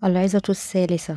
العظة الثالثة: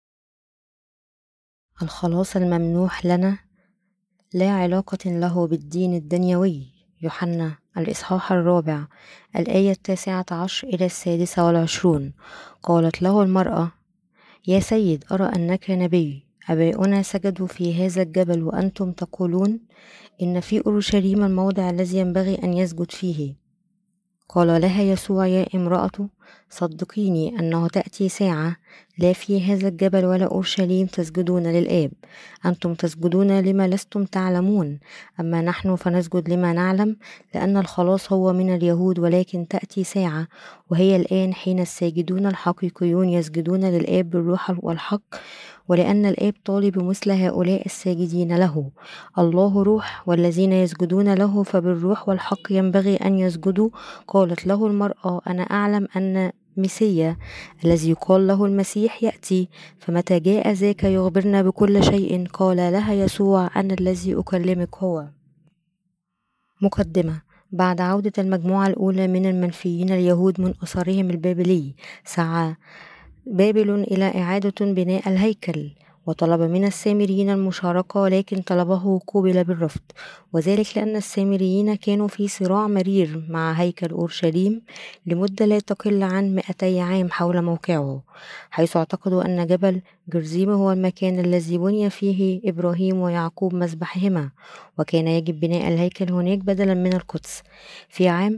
الخلاص الممنوح لنا لا علاقة له بالدين الدنيوي. يوحنا الإصحاح 4 الآية 19 إلى 26. قالت له المرأة: يا سيد، أرى أنك نبي. آباؤنا سجدوا في هذا الجبل وأنتم تقولون إن في أورشليم الموضع الذي ينبغي أن يسجد فيه. قال لها يسوع: يا امرأة، صدقيني أنه تأتي ساعة لا في هذا الجبل ولا أورشليم تسجدون للآب. أنتم تسجدون لما لستم تعلمون، أما نحن فنسجد لما نعلم، لأن الخلاص هو من اليهود. ولكن تأتي ساعة، وهي الآن، حين الساجدون الحقيقيون يسجدون للآب بالروح والحق، ولأن الآب طالب مثل هؤلاء الساجدين له. الله روح، والذين يسجدون له فبالروح والحق ينبغي أن يسجدوا. قالت له المرأة: أنا أعلم أن مسيا الذي يقال له المسيح يأتي، فمتى جاء ذاك يخبرنا بكل شيء. قال لها يسوع: أنا الذي أكلمك هو. مقدمة. بعد عودة المجموعة الأولى من المنفيين اليهود من أسرهم البابلي، سعى بابل إلى إعادة بناء الهيكل، وطلب من السامريين المشاركة، لكن طلبه قوبل بالرفض، وذلك لأن السامريين كانوا في صراع مرير مع هيكل أورشليم لمدة لا تقل عن 200 عام حول موقعه، حيث اعتقدوا أن جبل جرزيم هو المكان الذي بني فيه إبراهيم ويعقوب مذبحهما، وكان يجب بناء الهيكل هناك بدلا من القدس. في عام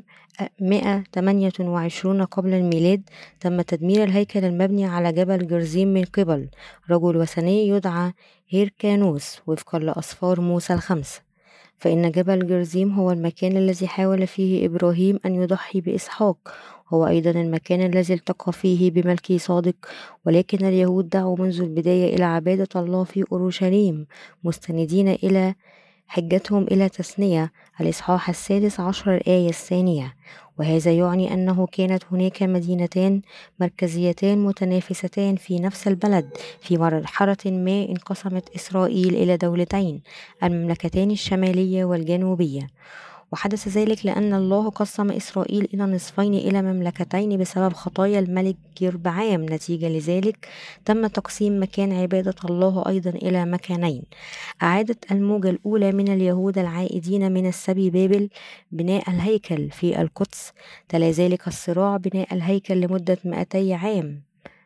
128 قبل الميلاد تم تدمير الهيكل المبني على جبل جرزيم من قبل رجل وثني يدعى هيركانوس وفقا لأسفار موسى الخمسة. فإن جبل جرزيم هو المكان الذي حاول فيه إبراهيم أن يضحي بإسحاق، هو أيضا المكان الذي التقى فيه بملكي صادق. ولكن اليهود دعوا منذ البداية إلى عبادة الله في أورشليم، مستندين إلى حجتهم إلى تثنية الإصحاح 16 الآية 2، وهذا يعني أنه كانت هناك مدينتان مركزيتان متنافستان في نفس البلد. في مرحلة ما انقسمت إسرائيل إلى دولتين، المملكتان الشمالية والجنوبية، وحدث ذلك لأن الله قسم إسرائيل إلى نصفين، إلى مملكتين، بسبب خطايا الملك يربعام. نتيجة لذلك تم تقسيم مكان عبادة الله أيضا إلى مكانين. أعادت الموجة الأولى من اليهود العائدين من السبي بابل بناء الهيكل في القدس. تلا ذلك الصراع بناء الهيكل لمدة 200 عام.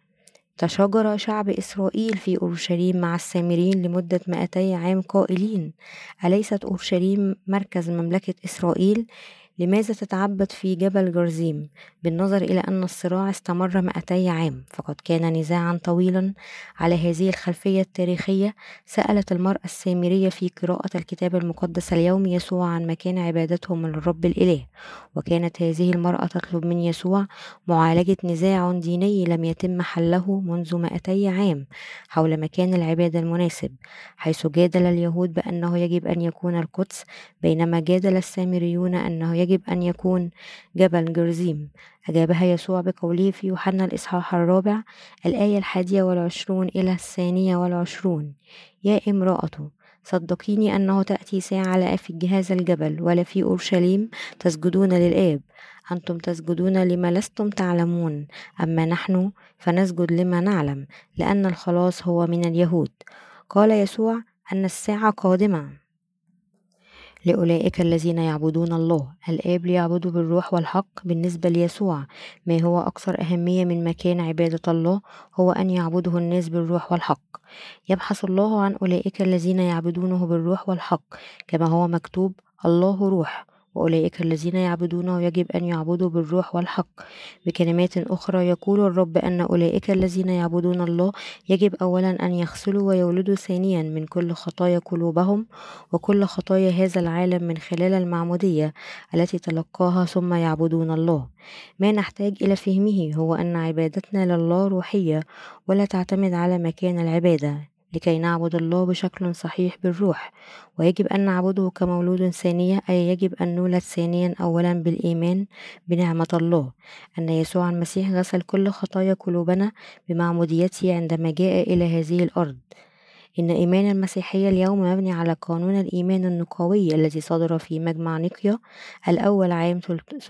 تشاجر شعب إسرائيل في أورشليم مع السامريين لمدة 200 عام قائلين: أليست أورشليم مركز مملكة إسرائيل؟ لماذا تتعبد في جبل جرزيم؟ بالنظر إلى أن الصراع استمر 200 عام، فقد كان نزاعا طويلا. على هذه الخلفية التاريخية سألت المرأة السامرية في قراءة الكتاب المقدس اليوم يسوع عن مكان عبادتهم للرب الإله، وكانت هذه المرأة تطلب من يسوع معالجة نزاع ديني لم يتم حله منذ 200 عام حول مكان العبادة المناسب، حيث جادل اليهود بأنه يجب أن يكون القدس، بينما جادل السامريون أنه يجب أن يكون جبل جرزيم. أجابها يسوع بقوله في يوحنا الإصحاح 4 الآية 21 إلى 22: يا امرأة، صدقيني أنه تأتي ساعة لا في هذا الجبل ولا في أورشليم تسجدون للآب. أنتم تسجدون لما لستم تعلمون، أما نحن فنسجد لما نعلم، لأن الخلاص هو من اليهود. قال يسوع أن الساعة قادمة لأولئك الذين يعبدون الله الآب ليعبدوا بالروح والحق. بالنسبة ليسوع، ما هو أكثر أهمية من مكان عبادة الله هو أن يعبده الناس بالروح والحق. يبحث الله عن أولئك الذين يعبدونه بالروح والحق، كما هو مكتوب: الله روح، وأولئك الذين يعبدونه يجب أن يعبدوا بالروح والحق. بكلمات أخرى يقول الرب أن أولئك الذين يعبدون الله يجب أولا أن يغسلوا ويولدوا ثانيا من كل خطايا قلوبهم وكل خطايا هذا العالم من خلال المعمودية التي تلقاها، ثم يعبدون الله. ما نحتاج إلى فهمه هو أن عبادتنا لله روحية ولا تعتمد على مكان العبادة، لكي نعبد الله بشكل صحيح بالروح، ويجب أن نعبده كمولود ثانية، أي يجب أن نولد ثانيا أولا بالإيمان بنعمة الله أن يسوع المسيح غسل كل خطايا قلوبنا بمعموديته عندما جاء إلى هذه الأرض. إن إيمان المسيحية اليوم مبني على قانون الإيمان النقوي الذي صدر في مجمع نيقيا الأول عام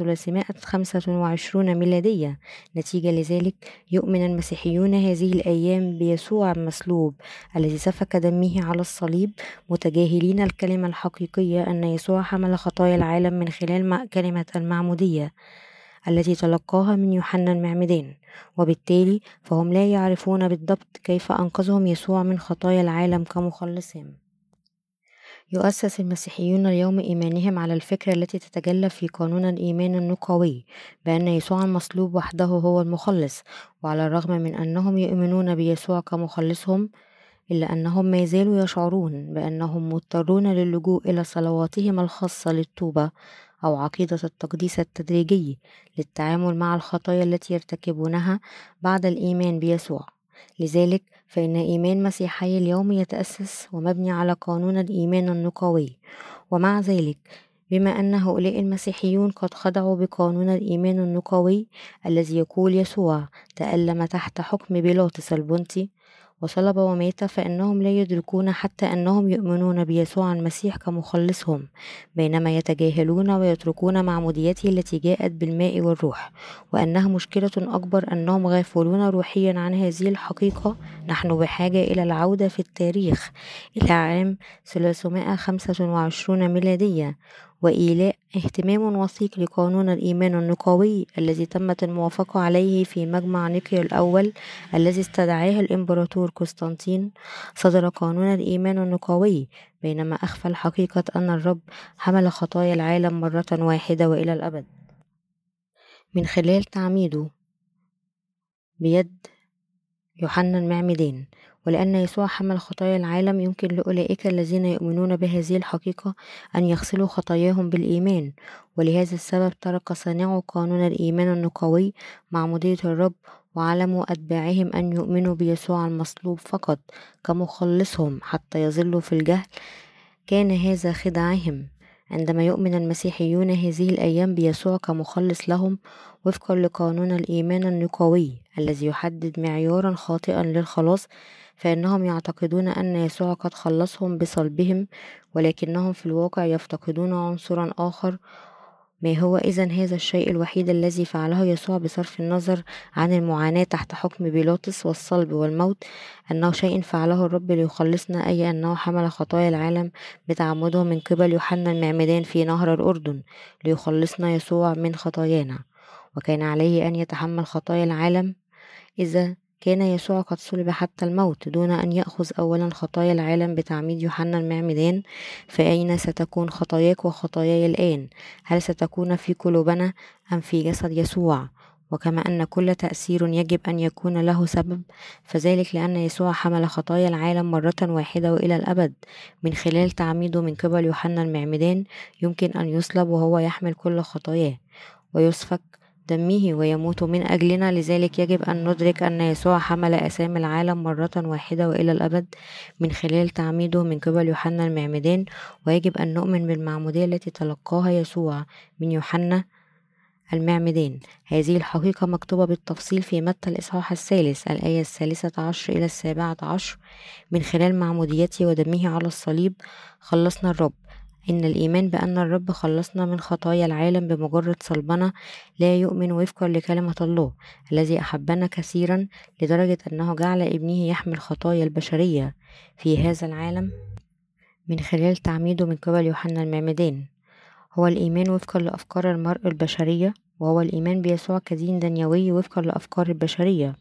325 ميلادية. نتيجة لذلك يؤمن المسيحيون هذه الأيام بيسوع المصلوب الذي سفك دمه على الصليب، متجاهلين الكلمة الحقيقية أن يسوع حمل خطايا العالم من خلال كلمة المعمودية التي تلقاها من يوحنا المعمدان، وبالتالي فهم لا يعرفون بالضبط كيف أنقذهم يسوع من خطايا العالم كمخلصهم. يؤسس المسيحيون اليوم إيمانهم على الفكرة التي تتجلى في قانون الإيمان النقوي بأن يسوع المصلوب وحده هو المخلص، وعلى الرغم من أنهم يؤمنون بيسوع كمخلصهم إلا أنهم ما زالوا يشعرون بأنهم مضطرون للجوء إلى صلواتهم الخاصة للتوبة أو عقيدة التقديس التدريجي للتعامل مع الخطايا التي يرتكبونها بعد الإيمان بيسوع. لذلك فإن إيمان مسيحي اليوم يتأسس ومبني على قانون الإيمان النقوي، ومع ذلك بما أن هؤلاء المسيحيون قد خضعوا بقانون الإيمان النقوي الذي يقول يسوع تألم تحت حكم بيلاطس البنطي وصلب ومات، فإنهم لا يدركون حتى أنهم يؤمنون بيسوع المسيح كمخلصهم، بينما يتجاهلون ويتركون معموديته التي جاءت بالماء والروح، وأنها مشكلة أكبر أنهم غافلون روحيا عن هذه الحقيقة. نحن بحاجة إلى العودة في التاريخ إلى عام 325 ميلادية وإيلاء اهتمام وثيق لقانون الإيمان النقوي الذي تمت الموافقة عليه في مجمع نيقيا الأول الذي استدعاه الإمبراطور قسطنطين. صدر قانون الإيمان النقوي بينما أخفى الحقيقة أن الرب حمل خطايا العالم مرة واحدة وإلى الأبد من خلال تعميده بيد يوحنا المعمدان. ولأن يسوع حمل خطايا العالم يمكن لأولئك الذين يؤمنون بهذه الحقيقة أن يغسلوا خطاياهم بالإيمان، ولهذا السبب ترك صانعو قانون الإيمان النقوي معمودية الرب وعلموا أتباعهم أن يؤمنوا بيسوع المصلوب فقط كمخلصهم حتى يظلوا في الجهل. كان هذا خداعهم عندما يؤمن المسيحيون هذه الأيام بيسوع كمخلص لهم وفقا لقانون الإيمان النقوي الذي يحدد معيارا خاطئا للخلاص، فإنهم يعتقدون أن يسوع قد خلصهم بصلبهم، ولكنهم في الواقع يفتقدون عنصرا آخر. ما هو إذن هذا الشيء الوحيد الذي فعله يسوع بصرف النظر عن المعاناة تحت حكم بيلاطس والصلب والموت؟ أنه شيء فعله الرب ليخلصنا، أي أنه حمل خطايا العالم بتعمده من قبل يوحنا المعمدان في نهر الأردن ليخلصنا يسوع من خطايانا، وكان عليه أن يتحمل خطايا العالم. إذا كان يسوع قد صلب حتى الموت دون أن يأخذ أولا خطايا العالم بتعميد يوحنا المعمدان، فأين ستكون خطاياك وخطاياي الآن؟ هل ستكون في قلوبنا أم في جسد يسوع؟ وكما أن كل تأثير يجب أن يكون له سبب، فذلك لأن يسوع حمل خطايا العالم مرة واحدة وإلى الأبد من خلال تعميده من قبل يوحنا المعمدان، يمكن أن يصلب وهو يحمل كل خطاياه ويسفك دمه ويموت من أجلنا. لذلك يجب أن ندرك أن يسوع حمل آثام العالم مرة واحدة وإلى الأبد من خلال تعميده من قبل يوحنا المعمدان، ويجب أن نؤمن بالمعمودية التي تلقاها يسوع من يوحنا المعمدان. هذه الحقيقة مكتوبة بالتفصيل في متى الإصحاح 3 الآية 13 إلى 17. من خلال معموديته ودمه على الصليب خلصنا الرب. إن الإيمان بأن الرب خلصنا من خطايا العالم بمجرد صلبنا لا يؤمن وفقا لكلمة الله الذي أحبنا كثيرا لدرجة أنه جعل ابنه يحمل خطايا البشرية في هذا العالم من خلال تعميده من قبل يوحنا المعمدان. هو الإيمان وفقا لأفكار المرء البشرية، وهو الإيمان بيسوع كدين دنيوي وفقا لأفكار البشرية،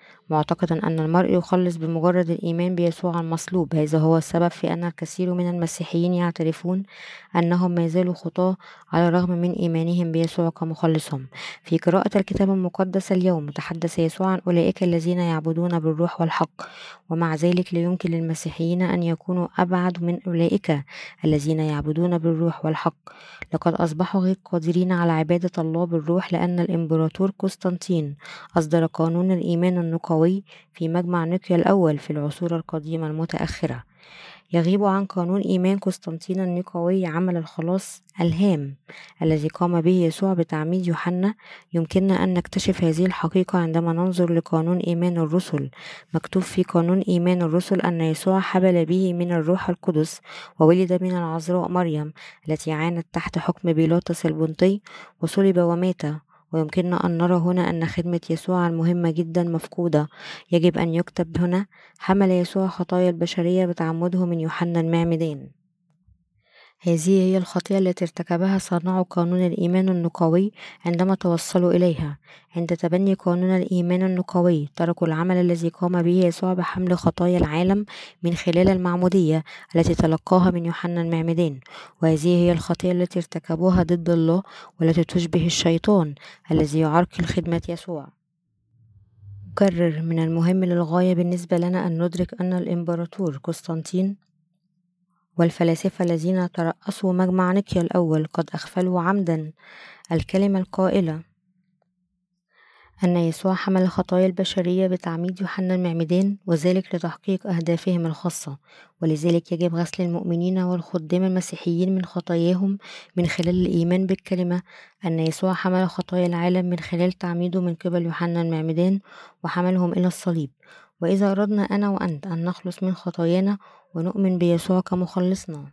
معتقدا أن المرء يخلص بمجرد الإيمان بيسوع المصلوب. هذا هو السبب في أن الكثير من المسيحيين يعترفون أنهم ما زالوا خطاة على الرغم من إيمانهم بيسوع كمخلصهم. في قراءة الكتاب المقدس اليوم تحدث يسوع عن أولئك الذين يعبدون بالروح والحق، ومع ذلك لا يمكن للمسيحيين أن يكونوا أبعد من أولئك الذين يعبدون بالروح والحق. لقد أصبحوا غير قادرين على عبادة الله بالروح لأن الإمبراطور قسطنطين أصدر قانون الإيمان النقوي في مجمع نيقيا الأول في العصور القديمة المتأخرة. يغيب عن قانون إيمان قسطنطين النيقوي عمل الخلاص الهام الذي قام به يسوع بتعميد يوحنا. يمكننا أن نكتشف هذه الحقيقة عندما ننظر لقانون إيمان الرسل. مكتوب في قانون إيمان الرسل أن يسوع حبل به من الروح القدس وولد من العذراء مريم التي عانت تحت حكم بيلاطس البنطي وصلب ومات. ويمكننا أن نرى هنا أن خدمة يسوع المهمة جدا مفقودة. يجب أن يكتب هنا: حمل يسوع خطايا البشرية بتعمده من يوحنا المعمدان. هذه هي الخطيئة التي ارتكبها صانعو قانون الإيمان النقوي عندما توصلوا إليها. عند تبني قانون الإيمان النقوي تركوا العمل الذي قام به يسوع بحمل خطايا العالم من خلال المعمودية التي تلقاها من يوحنا المعمدان. وهذه هي الخطيئة التي ارتكبوها ضد الله والتي تشبه الشيطان الذي يعرقل خدمة يسوع. أكرر: من المهم للغاية بالنسبة لنا أن ندرك أن الإمبراطور قسطنطين والفلاسفة الذين ترأسوا مجمع نيقيا الأول قد أغفلوا عمدا الكلمة القائلة أن يسوع حمل خطايا البشرية بتعميد يوحنا المعمدان، وذلك لتحقيق أهدافهم الخاصة. ولذلك يجب غسل المؤمنين والخدام المسيحيين من خطاياهم من خلال الإيمان بالكلمة أن يسوع حمل خطايا العالم من خلال تعميده من قبل يوحنا المعمدان وحملهم إلى الصليب. وإذا أردنا أنا وأنت أن نخلص من خطايانا ونؤمن بيسوع كمخلصنا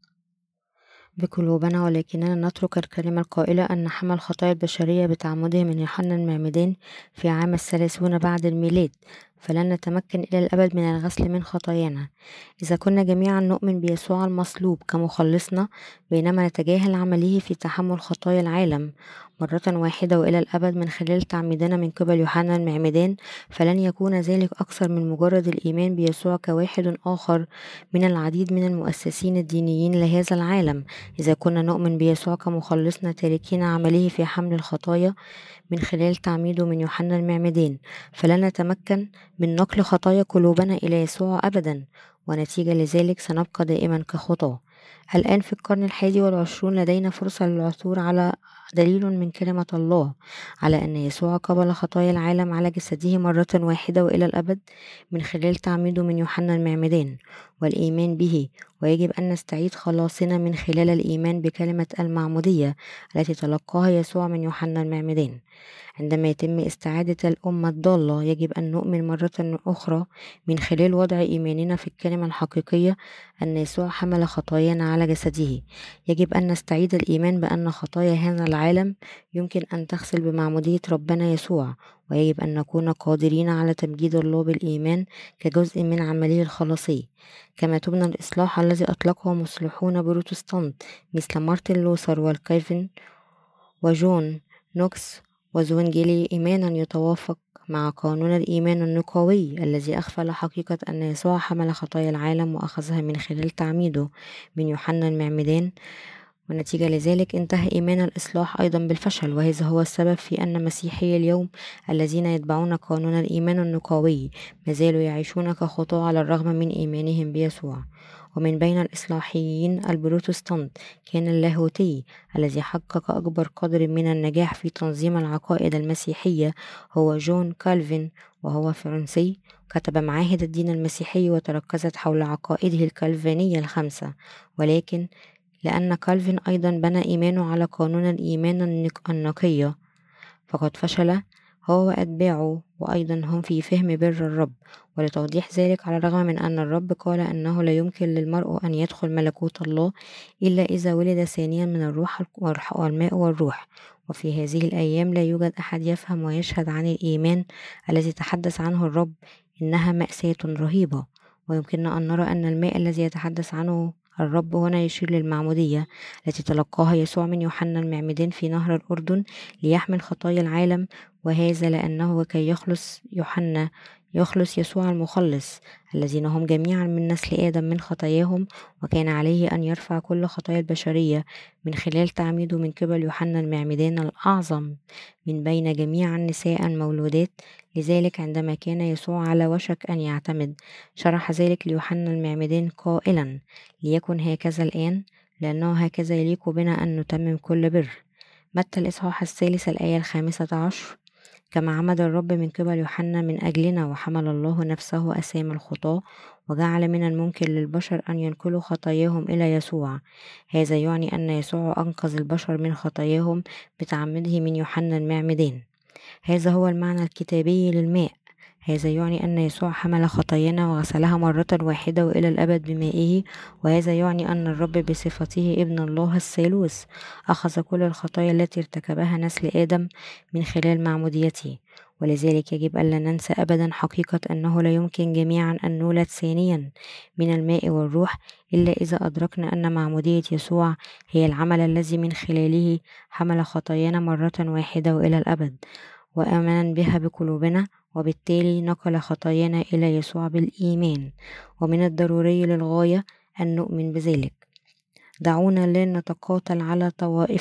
بقلوبنا، ولكننا نترك الكلمة القائلة أن حمل خطايا البشرية بتعمده من يوحنا المعمدان في عام 30 بعد الميلاد، فلن نتمكن إلى الأبد من الغسل من خطايانا. إذا كنا جميعا نؤمن بيسوع المصلوب كمخلصنا بينما نتجاهل عمله في تحمل خطايا العالم مرة واحدة وإلى الأبد من خلال تعميدنا من قبل يوحنا المعمدان، فلن يكون ذلك أكثر من مجرد الإيمان بيسوع كواحد آخر من العديد من المؤسسين الدينيين لهذا العالم. إذا كنا نؤمن بيسوع كمخلصنا تاركين عمله في حمل الخطايا من خلال تعميده من يوحنا المعمدان، فلن نتمكن من نقل خطايا قلوبنا إلى يسوع أبدا، ونتيجة لذلك سنبقى دائما كخطاة. الآن في القرن 21 لدينا فرصة للعثور على دليل من كلمة الله على أن يسوع قبل خطايا العالم على جسده مرة واحدة وإلى الأبد من خلال تعميده من يوحنا المعمدان والإيمان به. ويجب أن نستعيد خلاصنا من خلال الإيمان بكلمة المعمودية التي تلقاها يسوع من يوحنا المعمدان. عندما يتم استعادة الأمة الضالة يجب أن نؤمن مرة أخرى من خلال وضع إيماننا في الكلمة الحقيقية أن يسوع حمل خطايانا على جسده. يجب أن نستعيد الإيمان بأن خطايا هذا العالم يمكن أن تغسل بمعمودية ربنا يسوع، ويجب أن نكون قادرين على تمجيد الله بالإيمان كجزء من عمله الخلاصي. كما تبنى الإصلاح الذي أطلقه مصلحون بروتستانت مثل مارتن لوثر والكالفن وجون نوكس وزوينجلي إيمانا يتوافق مع قانون الإيمان النقوي الذي أغفل حقيقة أن يسوع حمل خطايا العالم وأخذها من خلال تعميده من يوحنا المعمدان، ونتيجة لذلك انتهى إيمان الإصلاح أيضا بالفشل. وهذا هو السبب في أن مسيحي اليوم الذين يتبعون قانون الإيمان النقوي ما زالوا يعيشون كخطاة على الرغم من إيمانهم بيسوع. ومن بين الإصلاحيين البروتستانت كان اللاهوتي الذي حقق أكبر قدر من النجاح في تنظيم العقائد المسيحية هو جون كالفين، وهو فرنسي. كتب معاهد الدين المسيحي وتركزت حول عقائده الكالفينية الخمسة، ولكن لأن كالفين أيضا بنى إيمانه على قانون الإيمان النقية فقد فشل هو وأتباعه وأيضا هم في فهم بر الرب. ولتوضيح ذلك، على الرغم من أن الرب قال أنه لا يمكن للمرء أن يدخل ملكوت الله إلا إذا ولد ثانيا من الروح والماء والروح، وفي هذه الأيام لا يوجد أحد يفهم ويشهد عن الإيمان الذي تحدث عنه الرب، إنها مأساة رهيبة. ويمكننا أن نرى أن الماء الذي يتحدث عنه الرب هنا يشير للمعمودية التي تلقاها يسوع من يوحنا المعمدان في نهر الأردن ليحمل خطايا العالم، وهذا لأنه كي يخلص يسوع المخلص الذين هم جميعا من نسل آدم من خطاياهم، وكان عليه أن يرفع كل خطايا البشرية من خلال تعميده من قبل يوحنا المعمدان الأعظم من بين جميع النساء المولودات. لذلك عندما كان يسوع على وشك أن يعتمد شرح ذلك ليوحنا المعمدان قائلا: ليكن هكذا الآن لأنه هكذا يليق بنا أن نتمم كل بر. متى الإصحاح 3 الآية 15. كما عمد الرب من قبل يوحنا من أجلنا، وحمل الله نفسه آثام الخطاة، وجعل من الممكن للبشر أن ينقلوا خطاياهم إلى يسوع. هذا يعني أن يسوع أنقذ البشر من خطاياهم بتعمده من يوحنا المعمدان. هذا هو المعنى الكتابي للماء. هذا يعني أن يسوع حمل خطايانا وغسلها مرة واحدة وإلى الأبد بمائه. وهذا يعني أن الرب بصفته ابن الله الثالوث أخذ كل الخطايا التي ارتكبها نسل آدم من خلال معموديته. ولذلك يجب ألا ننسى أبدا حقيقة أنه لا يمكن جميعا أن نولد ثانيا من الماء والروح إلا إذا أدركنا أن معمودية يسوع هي العمل الذي من خلاله حمل خطايانا مرة واحدة وإلى الأبد، وآمنا بها بقلوبنا، وبالتالي نقل خطايانا إلى يسوع بالإيمان. ومن الضروري للغاية أن نؤمن بذلك. دعونا لا نتقاتل على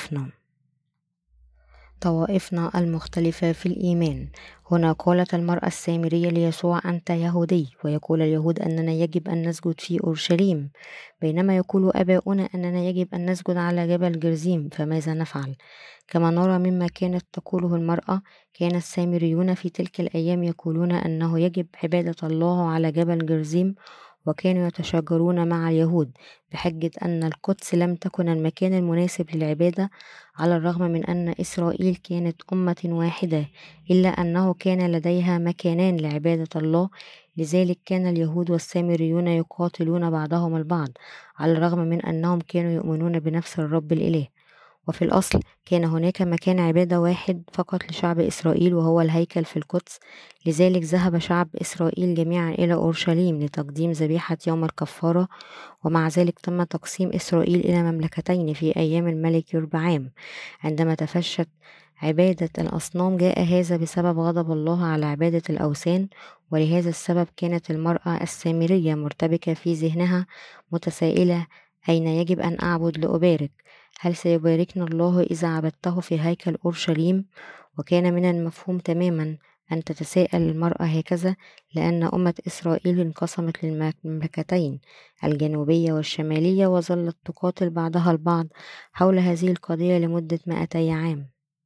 طوائفنا المختلفة في الإيمان. هنا قالت المرأة السامرية ليسوع: أنت يهودي، ويقول اليهود أننا يجب أن نسجد في أورشليم، بينما يقول آباؤنا أننا يجب أن نسجد على جبل جرزيم، فماذا نفعل؟ كما نرى مما كانت تقوله المرأة، كان السامريون في تلك الأيام يقولون أنه يجب عبادة الله على جبل جرزيم، وكانوا يتشاجرون مع اليهود بحجة أن القدس لم تكن المكان المناسب للعبادة، على الرغم من أن إسرائيل كانت أمة واحدة، إلا أنه كان لديها مكانان لعبادة الله. لذلك كان اليهود والسامريون يقاتلون بعضهم البعض، على الرغم من أنهم كانوا يؤمنون بنفس الرب الإله. وفي الأصل كان هناك مكان عبادة واحد فقط لشعب إسرائيل، وهو الهيكل في القدس. لذلك ذهب شعب إسرائيل جميعا إلى أورشليم لتقديم ذبيحة يوم الكفارة. ومع ذلك تم تقسيم إسرائيل إلى مملكتين في أيام الملك يربعام. عندما تفشت عبادة الأصنام جاء هذا بسبب غضب الله على عبادة الأوثان، ولهذا السبب كانت المرأة السامرية مرتبكة في ذهنها متسائلة: أين يجب أن أعبد لأبارك؟ هل سيباركنا الله إذا عبدته في هيكل أورشليم؟ وكان من المفهوم تماما أن تتساءل المرأة هكذا، لأن أمة إسرائيل انقسمت للمملكتين الجنوبية والشمالية، وظلت تقاتل بعضها البعض حول هذه القضية لمدة 200 عام.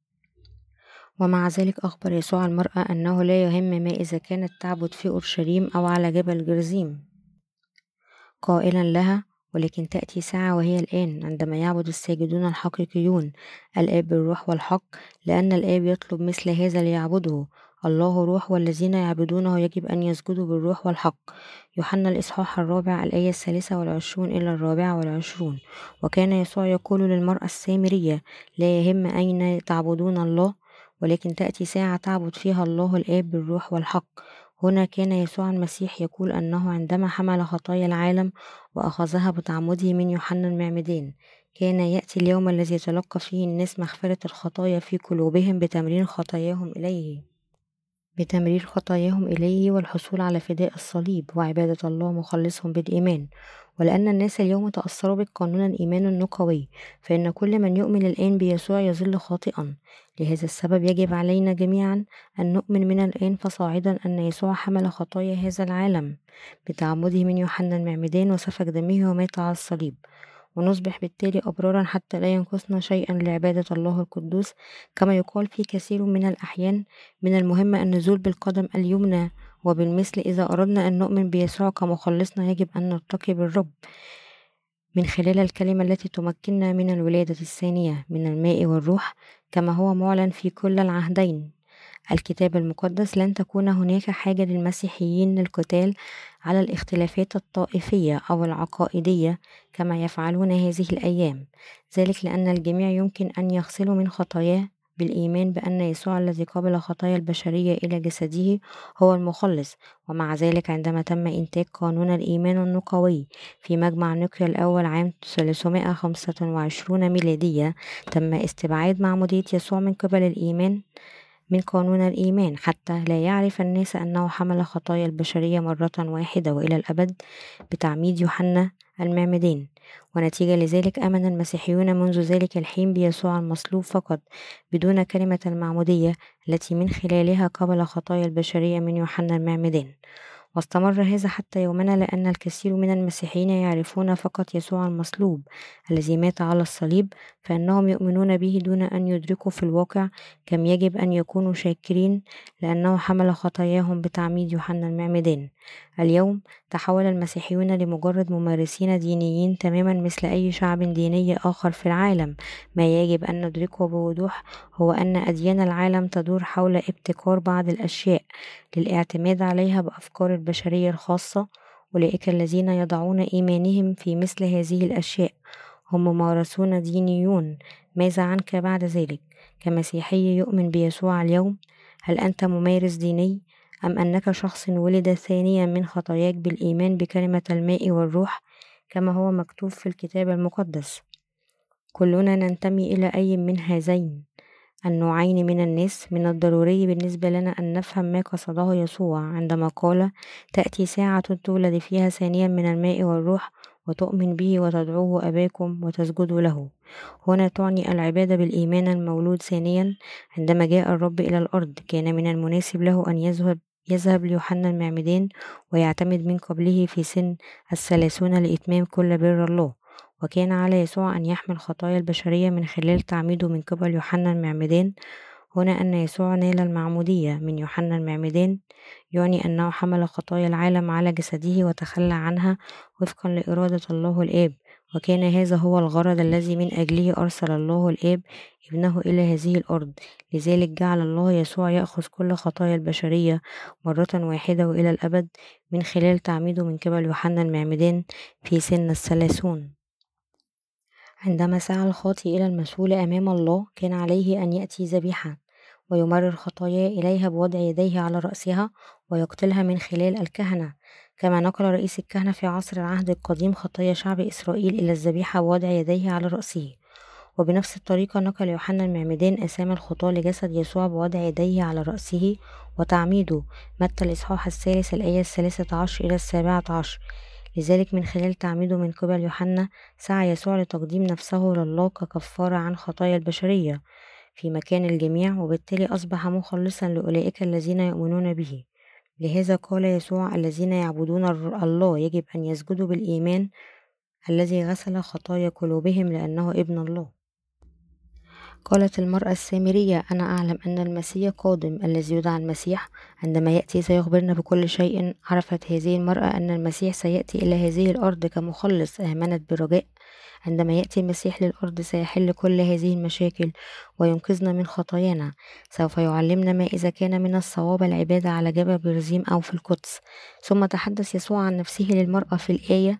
ومع ذلك أخبر يسوع المرأة أنه لا يهم ما إذا كانت تعبد في أورشليم أو على جبل جرزيم، قائلا لها: ولكن تأتي ساعة وهي الآن عندما يعبد الساجدون الحقيقيون الآب بالروح والحق، لأن الآب يطلب مثل هذا ليعبده. الله روح، والذين يعبدونه يجب أن يسجدوا بالروح والحق. يوحنا الإصحاح 4 الآية 23 إلى 24. وكان يسوع يقول للمرأة السامرية: لا يهم أين تعبدون الله، ولكن تأتي ساعة تعبد فيها الله الآب بالروح والحق. هنا كان يسوع المسيح يقول أنه عندما حمل خطايا العالم وأخذها بتعمده من يوحنا المعمدان، كان يأتي اليوم الذي يتلقى فيه الناس مغفرة الخطايا في قلوبهم بتمرير خطاياهم إليه والحصول على فداء الصليب وعبادة الله مخلصهم بالإيمان. ولأن الناس اليوم تأثروا بالقانون الإيمان النقوي، فإن كل من يؤمن الآن بيسوع يظل خاطئا. لهذا السبب يجب علينا جميعا أن نؤمن من الآن فصاعدا أن يسوع حمل خطايا هذا العالم بتعمده من يوحنا المعمدان، وسفك دمه ومات على الصليب، ونصبح بالتالي أبرارا حتى لا ينقصنا شيئا لعبادة الله القدوس. كما يقال في كثير من الأحيان: من المهم أن نزول بالقدم اليمنى. وبالمثل إذا أردنا أن نؤمن بيسوع كمخلصنا يجب أن نرتقي بالرب من خلال الكلمة التي تمكننا من الولادة الثانية من الماء والروح، كما هو معلن في كل العهدين الكتاب المقدس. لن تكون هناك حاجة للمسيحيين للقتال على الاختلافات الطائفية أو العقائدية كما يفعلون هذه الأيام، ذلك لأن الجميع يمكن أن يغسلوا من خطاياه بالإيمان بأن يسوع الذي قبل خطايا البشرية إلى جسده هو المخلص. ومع ذلك عندما تم إنتاج قانون الإيمان النقوي في مجمع نيقيا الأول عام 325 ميلادية، تم استبعاد معمودية يسوع من قانون الإيمان، حتى لا يعرف الناس أنه حمل خطايا البشرية مرة واحدة وإلى الأبد بتعميد يوحنا المعمدان. ونتيجة لذلك آمن المسيحيون منذ ذلك الحين بيسوع المصلوب فقط، بدون كلمة المعمودية التي من خلالها قبل خطايا البشرية من يوحنا المعمدان. واستمر هذا حتى يومنا، لأن الكثير من المسيحيين يعرفون فقط يسوع المصلوب الذي مات على الصليب، فإنهم يؤمنون به دون أن يدركوا في الواقع كم يجب أن يكونوا شاكرين لأنه حمل خطاياهم بتعميد يوحنا المعمدان. اليوم تحول المسيحيون لمجرد ممارسين دينيين تماما مثل أي شعب ديني آخر في العالم. ما يجب أن ندركه بوضوح هو أن أديان العالم تدور حول ابتكار بعض الأشياء للاعتماد عليها بأفكار البشرية الخاصة. أولئك الذين يضعون إيمانهم في مثل هذه الأشياء هم ممارسون دينيون. ماذا عنك بعد ذلك كمسيحي يؤمن بيسوع اليوم؟ هل أنت ممارس ديني أم أنك شخص ولد ثانيا من خطاياك بالإيمان بكلمة الماء والروح كما هو مكتوب في الكتاب المقدس؟ كلنا ننتمي إلى أي من هذين النوعين من الناس. من الضروري بالنسبة لنا أن نفهم ما قصده يسوع عندما قال: تأتي ساعة تولد فيها ثانيا من الماء والروح وتؤمن به وتدعوه أباكم وتسجدوا له. هنا تعني العبادة بالإيمان المولود ثانيا. عندما جاء الرب إلى الأرض كان من المناسب له أن يذهب ليوحنا المعمدان ويعتمد من قبله في سن 30 لإتمام كل بر الله، وكان على يسوع أن يحمل خطايا البشرية من خلال تعميده من قبل يوحنا المعمدان. هنا أن يسوع نال المعمودية من يوحنا المعمدان يعني أنه حمل خطايا العالم على جسده وتخلى عنها وفقا لإرادة الله الآب، وكان هذا هو الغرض الذي من أجله أرسل الله الآب ابنه إلى هذه الأرض. لذلك جعل الله يسوع يأخذ كل خطايا البشرية مرة واحدة وإلى الأبد من خلال تعميده من قبل يوحنا المعمدان في سن 30. عندما سعى الخاطئ إلى المسؤول أمام الله كان عليه أن يأتي ذبيحة ويمرر خطاياه إليها بوضع يديه على رأسها ويقتلها من خلال الكهنة، كما نقل رئيس الكهنة في عصر العهد القديم خطايا شعب إسرائيل إلى الذبيحة بوضع يديه على رأسه. وبنفس الطريقة نقل يوحنا المعمدان آثام الخطاة لجسد يسوع بوضع يديه على رأسه وتعميده. متى الإصحاح 3 الآية 13 إلى 17. لذلك من خلال تعميده من قبل يوحنا سعى يسوع لتقديم نفسه لله ككفارة عن خطايا البشرية في مكان الجميع، وبالتالي أصبح مخلصا لأولئك الذين يؤمنون به. لهذا قال يسوع: الذين يعبدون الله يجب أن يسجدوا بالإيمان الذي غسل خطايا قلوبهم لأنه ابن الله. قالت المرأة السامرية: أنا أعلم أن المسيح قادم الذي يدعى المسيح، عندما يأتي سيخبرنا بكل شيء. عرفت هذه المرأة أن المسيح سيأتي إلى هذه الأرض كمخلص، آمنت برجاء. عندما يأتي المسيح للأرض سيحل كل هذه المشاكل وينقذنا من خطايانا. سوف يعلمنا ما إذا كان من الصواب العبادة على جبل جرزيم أو في القدس. ثم تحدث يسوع عن نفسه للمرأة في الآية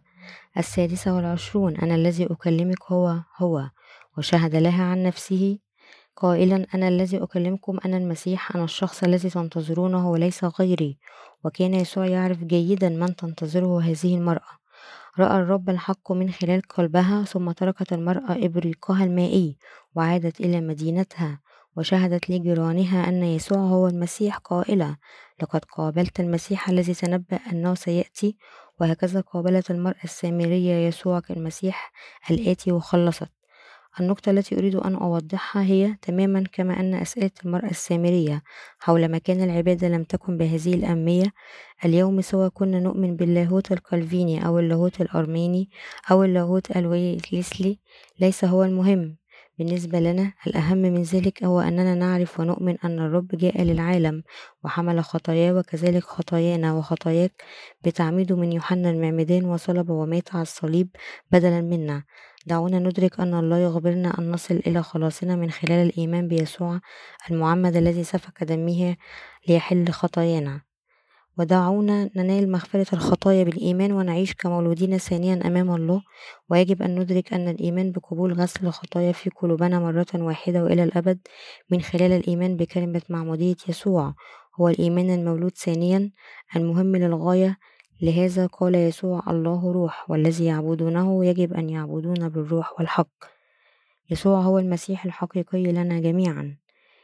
26: أنا الذي أكلمك هو. وشهد لها عن نفسه قائلا: أنا الذي أكلمكم، أنا المسيح، أنا الشخص الذي تنتظرونه وليس غيري. وكان يسوع يعرف جيدا من تنتظره هذه المرأة. رأى الرب الحق من خلال قلبها، ثم تركت المرأة إبريقها المائي وعادت إلى مدينتها وشهدت لجيرانها أن يسوع هو المسيح قائلة: لقد قابلت المسيح الذي تنبأ أنه سيأتي. وهكذا قابلت المرأة السامرية يسوع كالمسيح الآتي وخلصت. النقطة التي أريد أن أوضحها هي تماما كما أن أسئلة المرأة السامرية حول مكان العبادة لم تكن بهذه الأهمية. اليوم سواء كنا نؤمن باللاهوت الكالفيني أو اللاهوت الأرميني أو اللاهوت الويلسلي ليس هو المهم بالنسبة لنا. الأهم من ذلك هو أننا نعرف ونؤمن أن الرب جاء للعالم وحمل خطاياه وكذلك خطايانا وخطاياك بتعميده من يوحنا المعمدان، وصلب ومات على الصليب بدلا منا. دعونا ندرك أن الله يخبرنا أن نصل إلى خلاصنا من خلال الإيمان بيسوع المعمد الذي سفك دمه ليحل خطايانا. ودعونا ننال مغفرة الخطايا بالإيمان ونعيش كمولودين ثانيا أمام الله. ويجب أن ندرك أن الإيمان بقبول غسل الخطايا في قلوبنا مرة واحدة وإلى الأبد من خلال الإيمان بكلمة معمودية يسوع هو الإيمان المولود ثانيا المهم للغاية. لهذا قال يسوع: الله روح والذي يعبدونه يجب أن يعبدون بالروح والحق. يسوع هو المسيح الحقيقي لنا جميعا.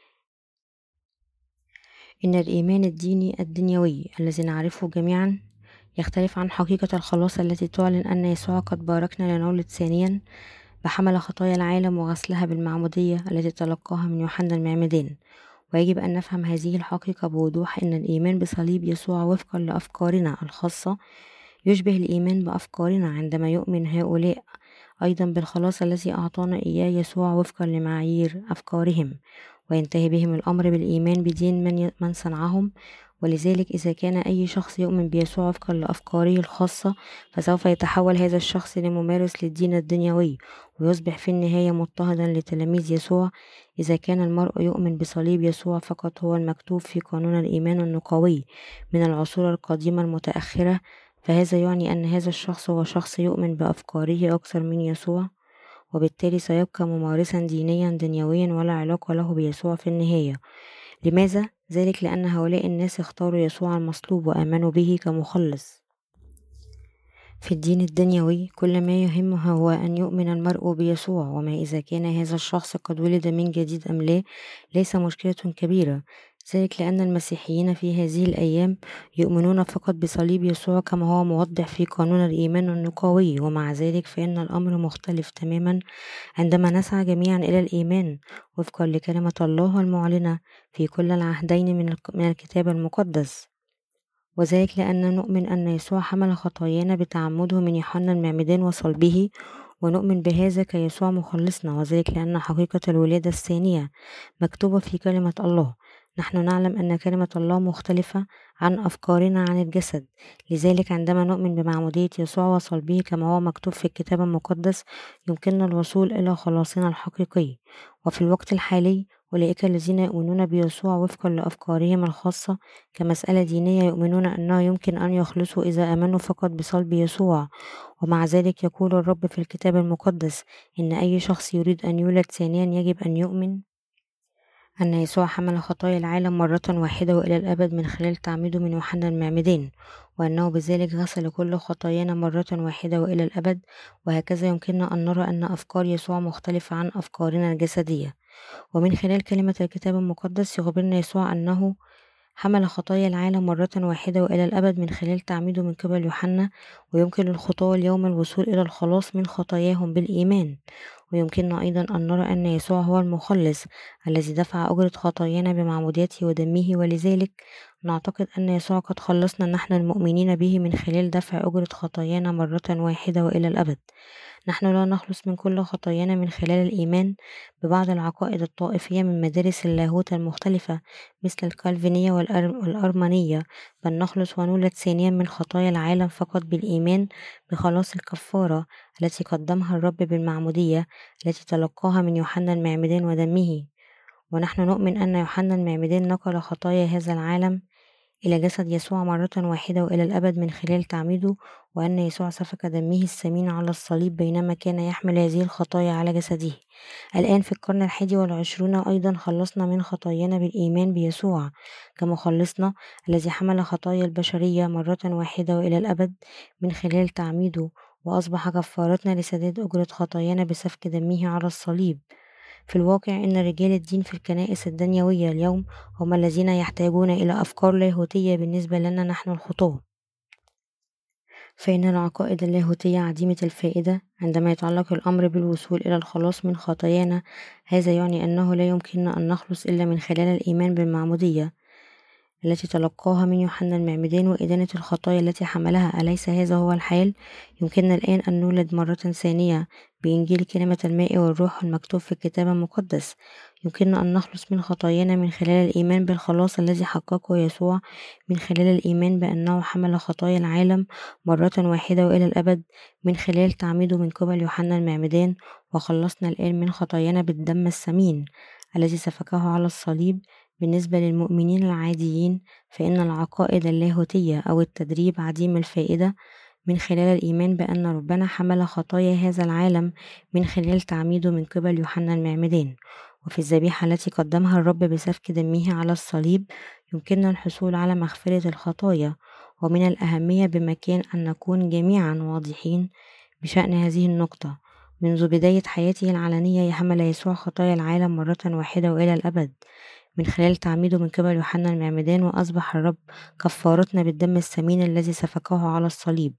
إن الإيمان الديني الدنيوي الذي نعرفه جميعا يختلف عن حقيقة الخلاص التي تعلن أن يسوع قد باركنا لنولد ثانيا بحمل خطايا العالم وغسلها بالمعمودية التي تلقاها من يوحنا المعمدان. ويجب أن نفهم هذه الحقيقة بوضوح أن الإيمان بصليب يسوع وفقا لأفكارنا الخاصة يشبه الإيمان بأفكارنا عندما يؤمن هؤلاء أيضا بالخلاص الذي أعطانا إياه يسوع وفقا لمعايير أفكارهم، وينتهي بهم الأمر بالإيمان بدين من صنعهم. ولذلك إذا كان أي شخص يؤمن بيسوع وفقا لأفكاره الخاصة فسوف يتحول هذا الشخص لممارس للدين الدنيوي ويصبح في النهاية مضطهدا لتلاميذ يسوع. إذا كان المرء يؤمن بصليب يسوع فقط هو المكتوب في قانون الإيمان النقوي من العصور القديمة المتأخرة، فهذا يعني أن هذا الشخص هو شخص يؤمن بأفكاره أكثر من يسوع، وبالتالي سيبقى ممارسا دينيا دنيويا ولا علاقة له بيسوع في النهاية. لماذا؟ ذلك لأن هؤلاء الناس اختاروا يسوع المصلوب وآمنوا به كمخلص. في الدين الدنيوي كل ما يهمه هو أن يؤمن المرء بيسوع، وما إذا كان هذا الشخص قد ولد من جديد أم لا ليس مشكلة كبيرة، ذلك لأن المسيحيين في هذه الأيام يؤمنون فقط بصليب يسوع كما هو موضح في قانون الإيمان النقوي. ومع ذلك فإن الأمر مختلف تماما عندما نسعى جميعا إلى الإيمان وفقا لكلمة الله المعلنة في كل العهدين من الكتاب المقدس، وذلك لأن نؤمن أن يسوع حمل خطايانا بتعمده من يوحنا المعمدان وصلبه، ونؤمن بهذا كيسوع مخلصنا، وذلك لأن حقيقة الولادة الثانية مكتوبة في كلمة الله. نحن نعلم أن كلمة الله مختلفة عن أفكارنا عن الجسد، لذلك عندما نؤمن بمعمودية يسوع وصلبه كما هو مكتوب في الكتاب المقدس يمكننا الوصول إلى خلاصنا الحقيقي. وفي الوقت الحالي أولئك الذين يؤمنون بيسوع وفقا لأفكارهم الخاصة كمسألة دينية يؤمنون أنه يمكن أن يخلصوا إذا آمنوا فقط بصلب يسوع. ومع ذلك يقول الرب في الكتاب المقدس إن أي شخص يريد أن يولد ثانيا يجب أن يؤمن أن يسوع حمل خطايا العالم مرة واحدة وإلى الأبد من خلال تعميده من يوحنا المعمدان، وأنه بذلك غسل كل خطايانا مرة واحدة وإلى الأبد. وهكذا يمكننا أن نرى أن أفكار يسوع مختلفة عن أفكارنا الجسدية. ومن خلال كلمة الكتاب المقدس يخبرنا يسوع أنه حمل خطايا العالم مرة واحدة وإلى الأبد من خلال تعميده من قبل يوحنا، ويمكن للخطاة اليوم الوصول إلى الخلاص من خطاياهم بالإيمان. ويمكننا أيضا أن نرى أن يسوع هو المخلص الذي دفع أجرة خطايانا بمعموديته ودمه، ولذلك نعتقد أن يسوع قد خلصنا نحن المؤمنين به من خلال دفع أجرة خطايانا مرة واحدة وإلى الأبد. نحن لا نخلص من كل خطايانا من خلال الإيمان ببعض العقائد الطائفية من مدارس اللاهوت المختلفة مثل الكالفينية والأرمنية، بل نخلص ونولد ثانيا من خطايا العالم فقط بالإيمان بخلاص الكفارة التي قدمها الرب بالمعمودية التي تلقاها من يوحنا المعمدان ودمه. ونحن نؤمن أن يوحنا المعمدان نقل خطايا هذا العالم إلى جسد يسوع مرة واحدة وإلى الأبد من خلال تعميده، وأن يسوع سفك دمه الثمين على الصليب بينما كان يحمل هذه الخطايا على جسده. الآن في القرن 21 أيضا خلصنا من خطايانا بالإيمان بيسوع كمخلصنا الذي حمل خطايا البشرية مرة واحدة وإلى الأبد من خلال تعميده، وأصبح كفارتنا لسداد أجرة خطايانا بسفك دمه على الصليب. في الواقع إن رجال الدين في الكنائس الدنيوية اليوم هم الذين يحتاجون إلى أفكار لاهوتية بالنسبة لنا نحن الخطاة، فإن العقائد اللاهوتية عديمة الفائدة عندما يتعلق الأمر بالوصول إلى الخلاص من خطايانا. هذا يعني أنه لا يمكننا أن نخلص إلا من خلال الإيمان بالمعمودية التي تلقاها من يوحنا المعمدان وإدانة الخطايا التي حملها. أليس هذا هو الحال؟ يمكننا الآن أن نولد مرة ثانية بإنجيل كلمة الماء والروح المكتوب في الكتاب المقدس. يمكننا أن نخلص من خطايانا من خلال الإيمان بالخلاص الذي حققه يسوع من خلال الإيمان بأنه حمل خطايا العالم مرة واحدة وإلى الأبد من خلال تعميده من قبل يوحنا المعمدان، وخلصنا الآن من خطايانا بالدم الثمين الذي سفكه على الصليب. بالنسبة للمؤمنين العاديين فإن العقائد اللاهوتية أو التدريب عديم الفائدة من خلال الإيمان بأن ربنا حمل خطايا هذا العالم من خلال تعميده من قبل يوحنا المعمدان. وفي الذبيحة التي قدمها الرب بسفك دمه على الصليب يمكننا الحصول على مغفرة الخطايا. ومن الأهمية بمكان أن نكون جميعا واضحين بشأن هذه النقطة. منذ بداية حياته العلنية حمل يسوع خطايا العالم مرة واحدة وإلى الأبد من خلال تعميده من قبل يوحنا المعمدان، وأصبح الرب كفارتنا بالدم الثمين الذي سفكه على الصليب.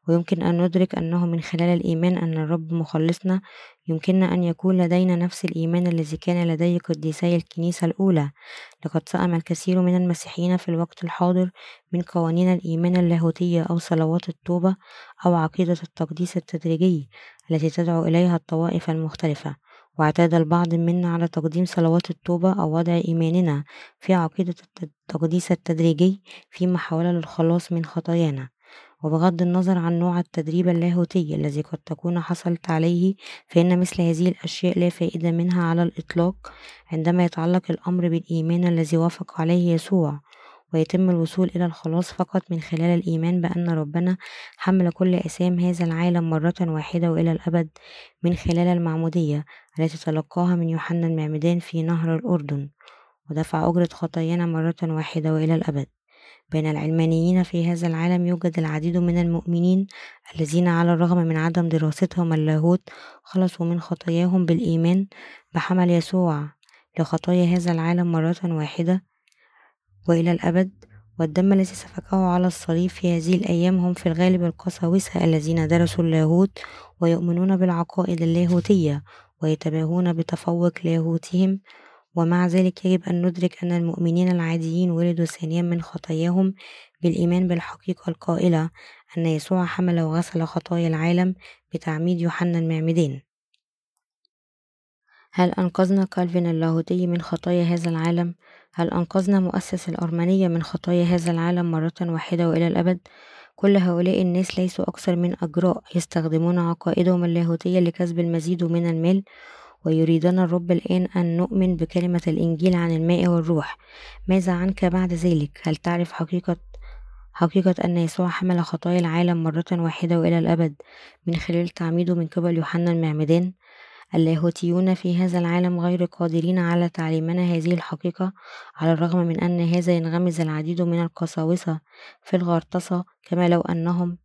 ويمكن أن ندرك أنه من خلال الإيمان أن الرب مخلصنا يمكننا أن يكون لدينا نفس الإيمان الذي كان لدي قديسي الكنيسة الأولى. لقد سئم الكثير من المسيحيين في الوقت الحاضر من قوانين الإيمان اللاهوتية أو صلوات التوبة أو عقيدة التقديس التدريجي التي تدعو إليها الطوائف المختلفة، واعتاد البعض منا على تقديم صلوات التوبة أو وضع إيماننا في عقيدة التقديس التدريجي في محاولة للخلاص من خطايانا. وبغض النظر عن نوع التدريب اللاهوتي الذي قد تكون حصلت عليه، فإن مثل هذه الأشياء لا فائدة منها على الإطلاق عندما يتعلق الأمر بالإيمان الذي وافق عليه يسوع، ويتم الوصول إلى الخلاص فقط من خلال الإيمان بأن ربنا حمل كل آثام هذا العالم مرة واحدة وإلى الأبد من خلال المعمودية التي تلقاها من يوحنا المعمدان في نهر الأردن، ودفع أجرة خطايانا مرة واحدة وإلى الأبد. بين العلمانيين في هذا العالم يوجد العديد من المؤمنين الذين على الرغم من عدم دراستهم اللاهوت خلصوا من خطاياهم بالإيمان بحمل يسوع لخطايا هذا العالم مرة واحدة وإلى الأبد. والدم الذي سفكه على الصليب في هذه الأيام هم في الغالب القساوسة الذين درسوا اللاهوت ويؤمنون بالعقائد اللاهوتية ويتباهون بتفوق لاهوتهم. ومع ذلك يجب أن ندرك أن المؤمنين العاديين ولدوا ثانيا من خطاياهم بالإيمان بالحقيقة القائلة أن يسوع حمل وغسل خطايا العالم بتعميد يوحنا المعمدان. هل أنقذنا كالفين اللاهوتي من خطايا هذا العالم؟ هل أنقذنا مؤسس الأرمنية من خطايا هذا العالم مرة واحدة وإلى الأبد؟ كل هؤلاء الناس ليسوا أكثر من أجراء يستخدمون عقائدهم اللاهوتية لكسب المزيد من المال، ويريدنا الرب الآن أن نؤمن بكلمة الإنجيل عن الماء والروح. ماذا عنك بعد ذلك؟ هل تعرف حقيقة أن يسوع حمل خطايا العالم مرة واحدة وإلى الأبد من خلال تعميده من قبل يوحنا المعمدان؟ اللاهوتيون في هذا العالم غير قادرين على تعليمنا هذه الحقيقة، على الرغم من أن هذا ينغمز العديد من القساوسة في الغطرسة كما لو أنهم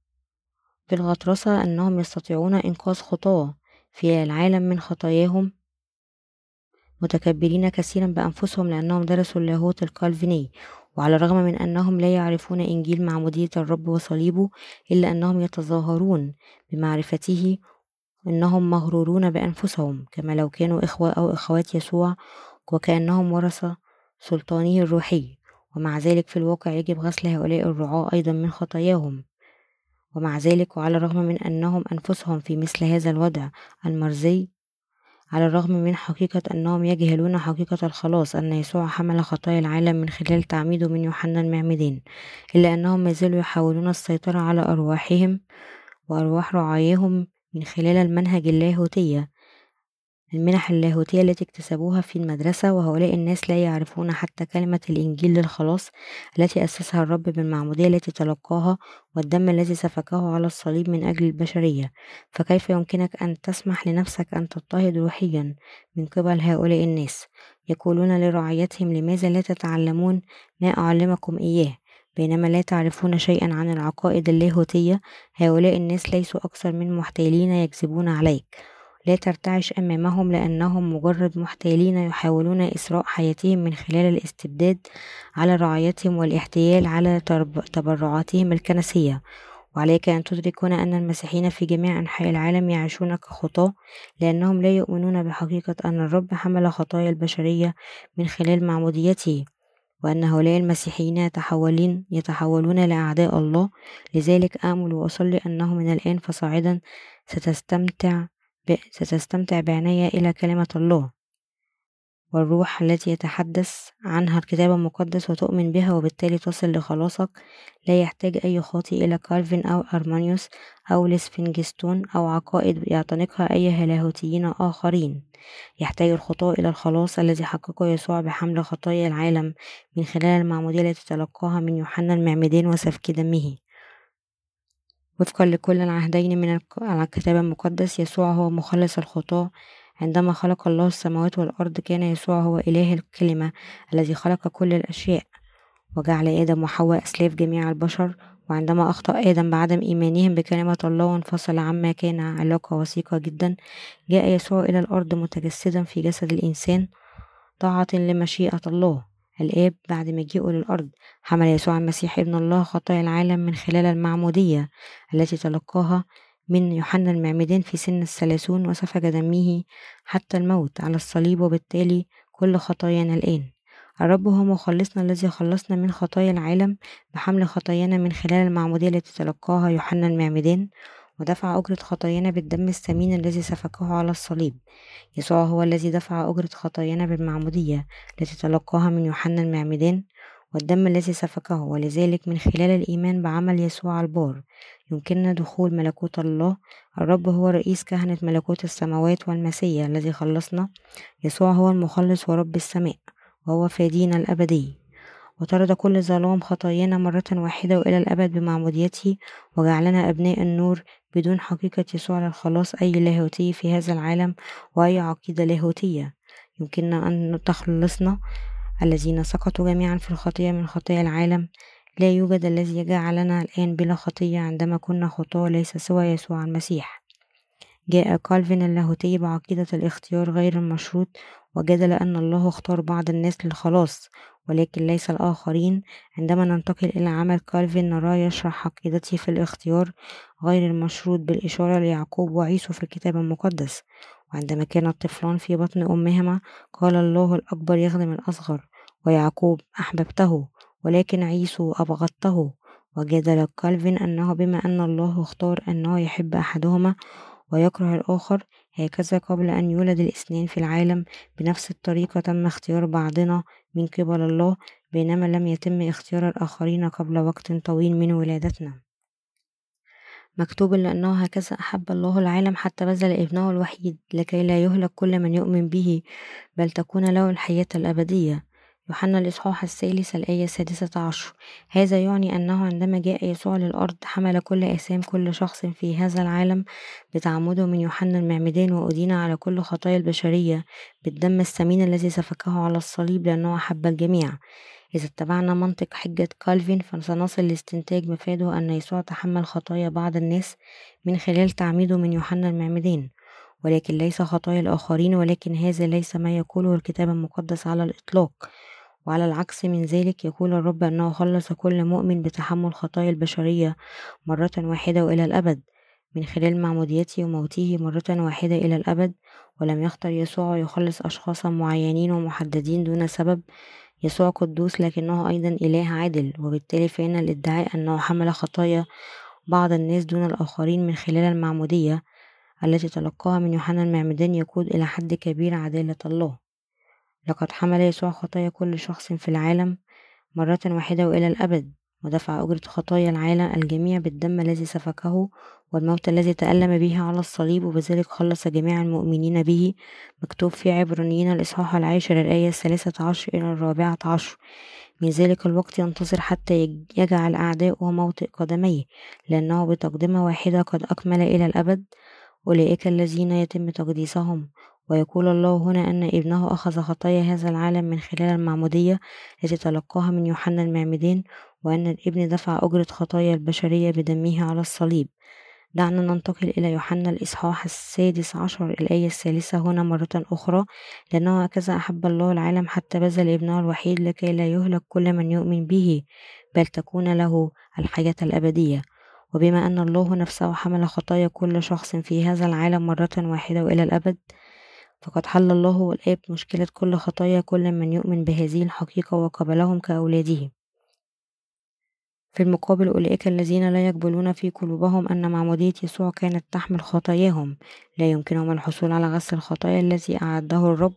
يستطيعون إنقاذ خطاة في العالم من خطاياهم، متكبرين كثيرا بأنفسهم لأنهم درسوا اللاهوت الكالفيني، وعلى الرغم من أنهم لا يعرفون إنجيل معمودية الرب وصليبه إلا أنهم يتظاهرون بمعرفته. إنهم مغرورون بأنفسهم كما لو كانوا إخوة أو أخوات يسوع وكأنهم ورثة سلطانه الروحي، ومع ذلك في الواقع يجب غسل هؤلاء الرعاة أيضا من خطاياهم. ومع ذلك وعلى الرغم من أنهم أنفسهم في مثل هذا الوضع المرزي، على الرغم من حقيقة أنهم يجهلون حقيقة الخلاص أن يسوع حمل خطايا العالم من خلال تعميده من يوحنا المعمدان، إلا أنهم ما زالوا يحاولون السيطرة على أرواحهم وأرواح رعاياهم من خلال المنح اللاهوتية التي اكتسبوها في المدرسة. وهؤلاء الناس لا يعرفون حتى كلمة الإنجيل للخلاص التي أسسها الرب بالمعمودية التي تلقاها والدم الذي سفكه على الصليب من أجل البشرية. فكيف يمكنك أن تسمح لنفسك أن تضطهد روحيا من قبل هؤلاء الناس؟ يقولون لرعايتهم: لماذا لا تتعلمون ما أعلمكم إياه؟ بينما لا تعرفون شيئا عن العقائد اللاهوتية. هؤلاء الناس ليسوا أكثر من محتالين يكذبون عليك. لا ترتعش أمامهم لأنهم مجرد محتالين يحاولون إسراء حياتهم من خلال الاستبداد على رعايتهم والاحتيال على تبرعاتهم الكنسية. وعليك أن تدرك هنا أن المسيحيين في جميع أنحاء العالم يعيشون كخطاة لأنهم لا يؤمنون بحقيقة أن الرب حمل خطايا البشرية من خلال معموديته، وأن هؤلاء المسيحيين يتحولون لأعداء الله. لذلك آمل وأصلي أنه من الآن فصاعدا ستستمتع بعناية إلى كلمة الله والروح التي يتحدث عنها الكتاب المقدس وتؤمن بها، وبالتالي تصل لخلاصك. لا يحتاج أي خاطئ إلى كالفين أو أرمانيوس أو لسفنجستون أو عقائد يعتنقها أي لاهوتيين آخرين. يحتاج الخطاة إلى الخلاص الذي حققه يسوع بحمل خطايا العالم من خلال المعمودية التي تلقاها من يوحنا المعمدان وسفك دمه. وفقا لكل العهدين من الكتاب المقدس، يسوع هو مخلص الخطاة. عندما خلق الله السماوات والأرض كان يسوع هو إله الكلمة الذي خلق كل الأشياء وجعل آدم وحواء أسلاف جميع البشر. وعندما أخطأ آدم بعدم إيمانهم بكلمة الله وانفصل عما كان علاقة وثيقة جدا، جاء يسوع إلى الأرض متجسدا في جسد الإنسان طاعة لمشيئة الله. الآب بعد مجيئه للأرض حمل يسوع المسيح ابن الله خطايا العالم من خلال المعمودية التي تلقاها من يوحنا المعمدان في سن ال30 وسفك دمه حتى الموت على الصليب، وبالتالي كل خطايانا الآن. الرب هو مخلصنا الذي خلصنا من خطايا العالم بحمل خطايانا من خلال المعمودية التي تلقاها يوحنا المعمدان، ودفع أجرة خطايانا بالدم الثمين الذي سفكه على الصليب. يسوع هو الذي دفع أجرة خطايانا بالمعمودية التي تلقاها من يوحنا المعمدان والدم الذي سفكه، ولذلك من خلال الإيمان بعمل يسوع البار يمكننا دخول ملكوت الله. الرب هو رئيس كهنة ملكوت السماوات والمسيح الذي خلصنا. يسوع هو المخلص ورب السماء، وهو فادينا الأبدي، وطرد كل ظلام خطايانا مرة واحدة وإلى الأبد بمعموديته، وجعلنا أبناء النور بدون حقيقة يسوع للخلاص أي لاهوتي في هذا العالم وأي عقيدة لاهوتية يمكننا أن تخلصنا الذين سقطوا جميعا في الخطية من خطايا العالم. لا يوجد الذي يجعلنا الآن بلا خطية عندما كنا خطاة ليس سوى يسوع المسيح. جاء كالفين اللاهوتي بعقيدة الاختيار غير المشروط، وجدل أن الله اختار بعض الناس للخلاص ولكن ليس الآخرين. عندما ننتقل إلى عمل كالفين نرى يشرح عقيدته في الاختيار غير المشروط بالإشارة ليعقوب وعيسو في الكتاب المقدس. وعندما كان الطفلان في بطن أمهما قال الله الأكبر يخدم الأصغر، ويعقوب أحببته ولكن عيسو أبغضته. وجدل كالفين أنه بما أن الله اختار أنه يحب أحدهما ويكره الآخر، هكذا قبل أن يولد الاثنين في العالم بنفس الطريقة تم اختيار بعضنا من قبل الله، بينما لم يتم اختيار الآخرين قبل وقت طويل من ولادتنا. مكتوب لأنه هكذا أحب الله العالم حتى بذل ابنه الوحيد لكي لا يهلك كل من يؤمن به بل تكون له الحياة الأبدية. يوحنا الإصحاح 3 الآية 16. هذا يعني أنه عندما جاء يسوع للأرض حمل كل آثام كل شخص في هذا العالم بتعمده من يوحنا المعمدان، وأدين على كل خطايا البشرية بالدم الثمين الذي سفكه على الصليب لأنه أحب الجميع. إذا اتبعنا منطق حجة كالفين فسنصل لاستنتاج مفاده أن يسوع تحمل خطايا بعض الناس من خلال تعميده من يوحنا المعمدان، ولكن ليس خطايا الآخرين، ولكن هذا ليس ما يقوله الكتاب المقدس على الإطلاق. وعلى العكس من ذلك يقول الرب أنه خلص كل مؤمن بتحمل خطايا البشرية مرة واحدة وإلى الأبد من خلال معموديته وموته مرة واحدة إلى الأبد. ولم يختر يسوع يخلص أشخاصا معينين ومحددين دون سبب. يسوع قدوس لكنه أيضا إله عادل، وبالتالي فإن الادعاء أنه حمل خطايا بعض الناس دون الآخرين من خلال المعمودية التي تلقاها من يوحنا المعمدان يقود إلى حد كبير عدالة الله. لقد حمل يسوع خطايا كل شخص في العالم مرة واحدة وإلى الأبد، ودفع أجرة خطايا العالم الجميع بالدم الذي سفكه والموت الذي تألم به على الصليب، وبذلك خلص جميع المؤمنين به. مكتوب في عبرانيين الإصحاح 10 الآية 13 إلى 14. من ذلك الوقت ينتظر حتى يجعل أعداؤه موطئ قدميه، لأنه بتقدمة واحدة قد أكمل إلى الأبد أولئك الذين يتم تقديسهم. ويقول الله هنا أن ابنه أخذ خطايا هذا العالم من خلال المعمودية التي تلقاها من يوحنا المعمدان، وأن الابن دفع أجرة خطايا البشرية بدمه على الصليب. دعنا ننتقل إلى يوحنا الإصحاح 16 الآية 3 هنا مرة أخرى. لأنه هكذا أحب الله العالم حتى بذل ابنه الوحيد لكي لا يهلك كل من يؤمن به بل تكون له الحياة الأبدية. وبما أن الله نفسه حمل خطايا كل شخص في هذا العالم مرة واحدة وإلى الأبد، فقد حل الله الآب مشكلة كل خطايا كل من يؤمن بهذه الحقيقة وقبلهم كأولاده. في المقابل أولئك الذين لا يقبلون في قلوبهم أن معمودية يسوع كانت تحمل خطاياهم لا يمكنهم الحصول على غسل الخطايا الذي أعده الرب،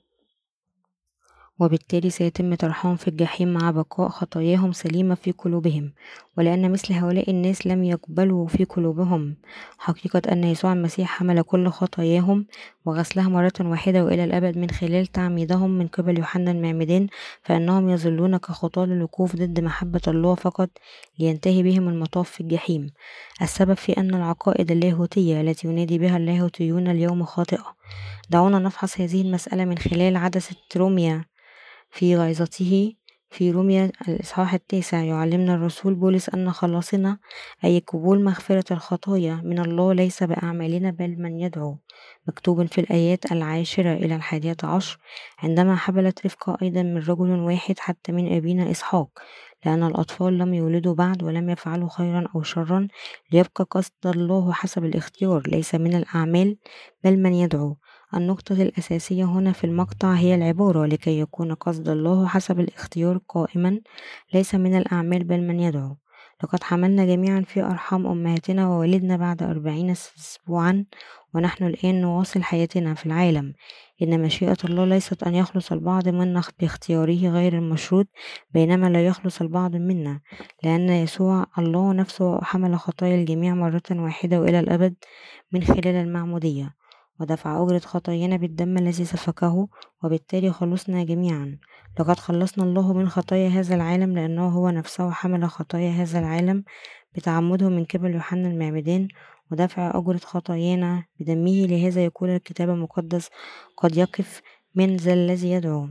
وبالتالي سيتم طرحهم في الجحيم مع بقاء خطاياهم سليمة في قلوبهم. ولأن مثل هؤلاء الناس لم يقبلوا في قلوبهم حقيقة أن يسوع المسيح حمل كل خطاياهم وغسلها مرة واحدة وإلى الأبد من خلال تعميدهم من قبل يوحنا المعمدان، فإنهم يظلون كخطاة للوقوف ضد محبة الله فقط لينتهي بهم المطاف في الجحيم. السبب في أن العقائد اللاهوتية التي ينادي بها اللاهوتيون اليوم خاطئة. دعونا نفحص هذه المسألة من خلال عدسة روميا في غيظته في روميا الإصحاح 9 يعلمنا الرسول بولس أن خلاصنا أي قبول مغفرة الخطايا من الله ليس بأعمالنا بل من يدعو، مكتوب في الآيات 10 إلى 11: عندما حبلت رفقة أيضا من رجل واحد حتى من أبينا إسحاق، لأن الأطفال لم يولدوا بعد ولم يفعلوا خيرا أو شرا، ليبقى قصد الله حسب الاختيار ليس من الأعمال بل من يدعو. النقطة الأساسية هنا في المقطع هي العبارة لكي يكون قصد الله حسب الاختيار قائما ليس من الأعمال بل من يدعو. لقد حملنا جميعا في أرحام أمهاتنا وولدنا بعد 40 أسبوعا ونحن الآن نواصل حياتنا في العالم. إن مشيئة الله ليست أن يخلص البعض منا باختياره غير المشروط، بينما لا يخلص البعض منا لأن يسوع الله نفسه حمل خطايا الجميع مرة واحدة وإلى الأبد من خلال المعمودية، ودفع أجرة خطايانا بالدم الذي سفكه، وبالتالي خلصنا جميعا. لقد خلصنا الله من خطايا هذا العالم لأنه هو نفسه حمل خطايا هذا العالم بتعمده من قبل يوحنا المعمدان ودفع أجرة خطايانا بدمه. لهذا يقول الكتاب المقدس: قد يقف من ذا الذي يدعو،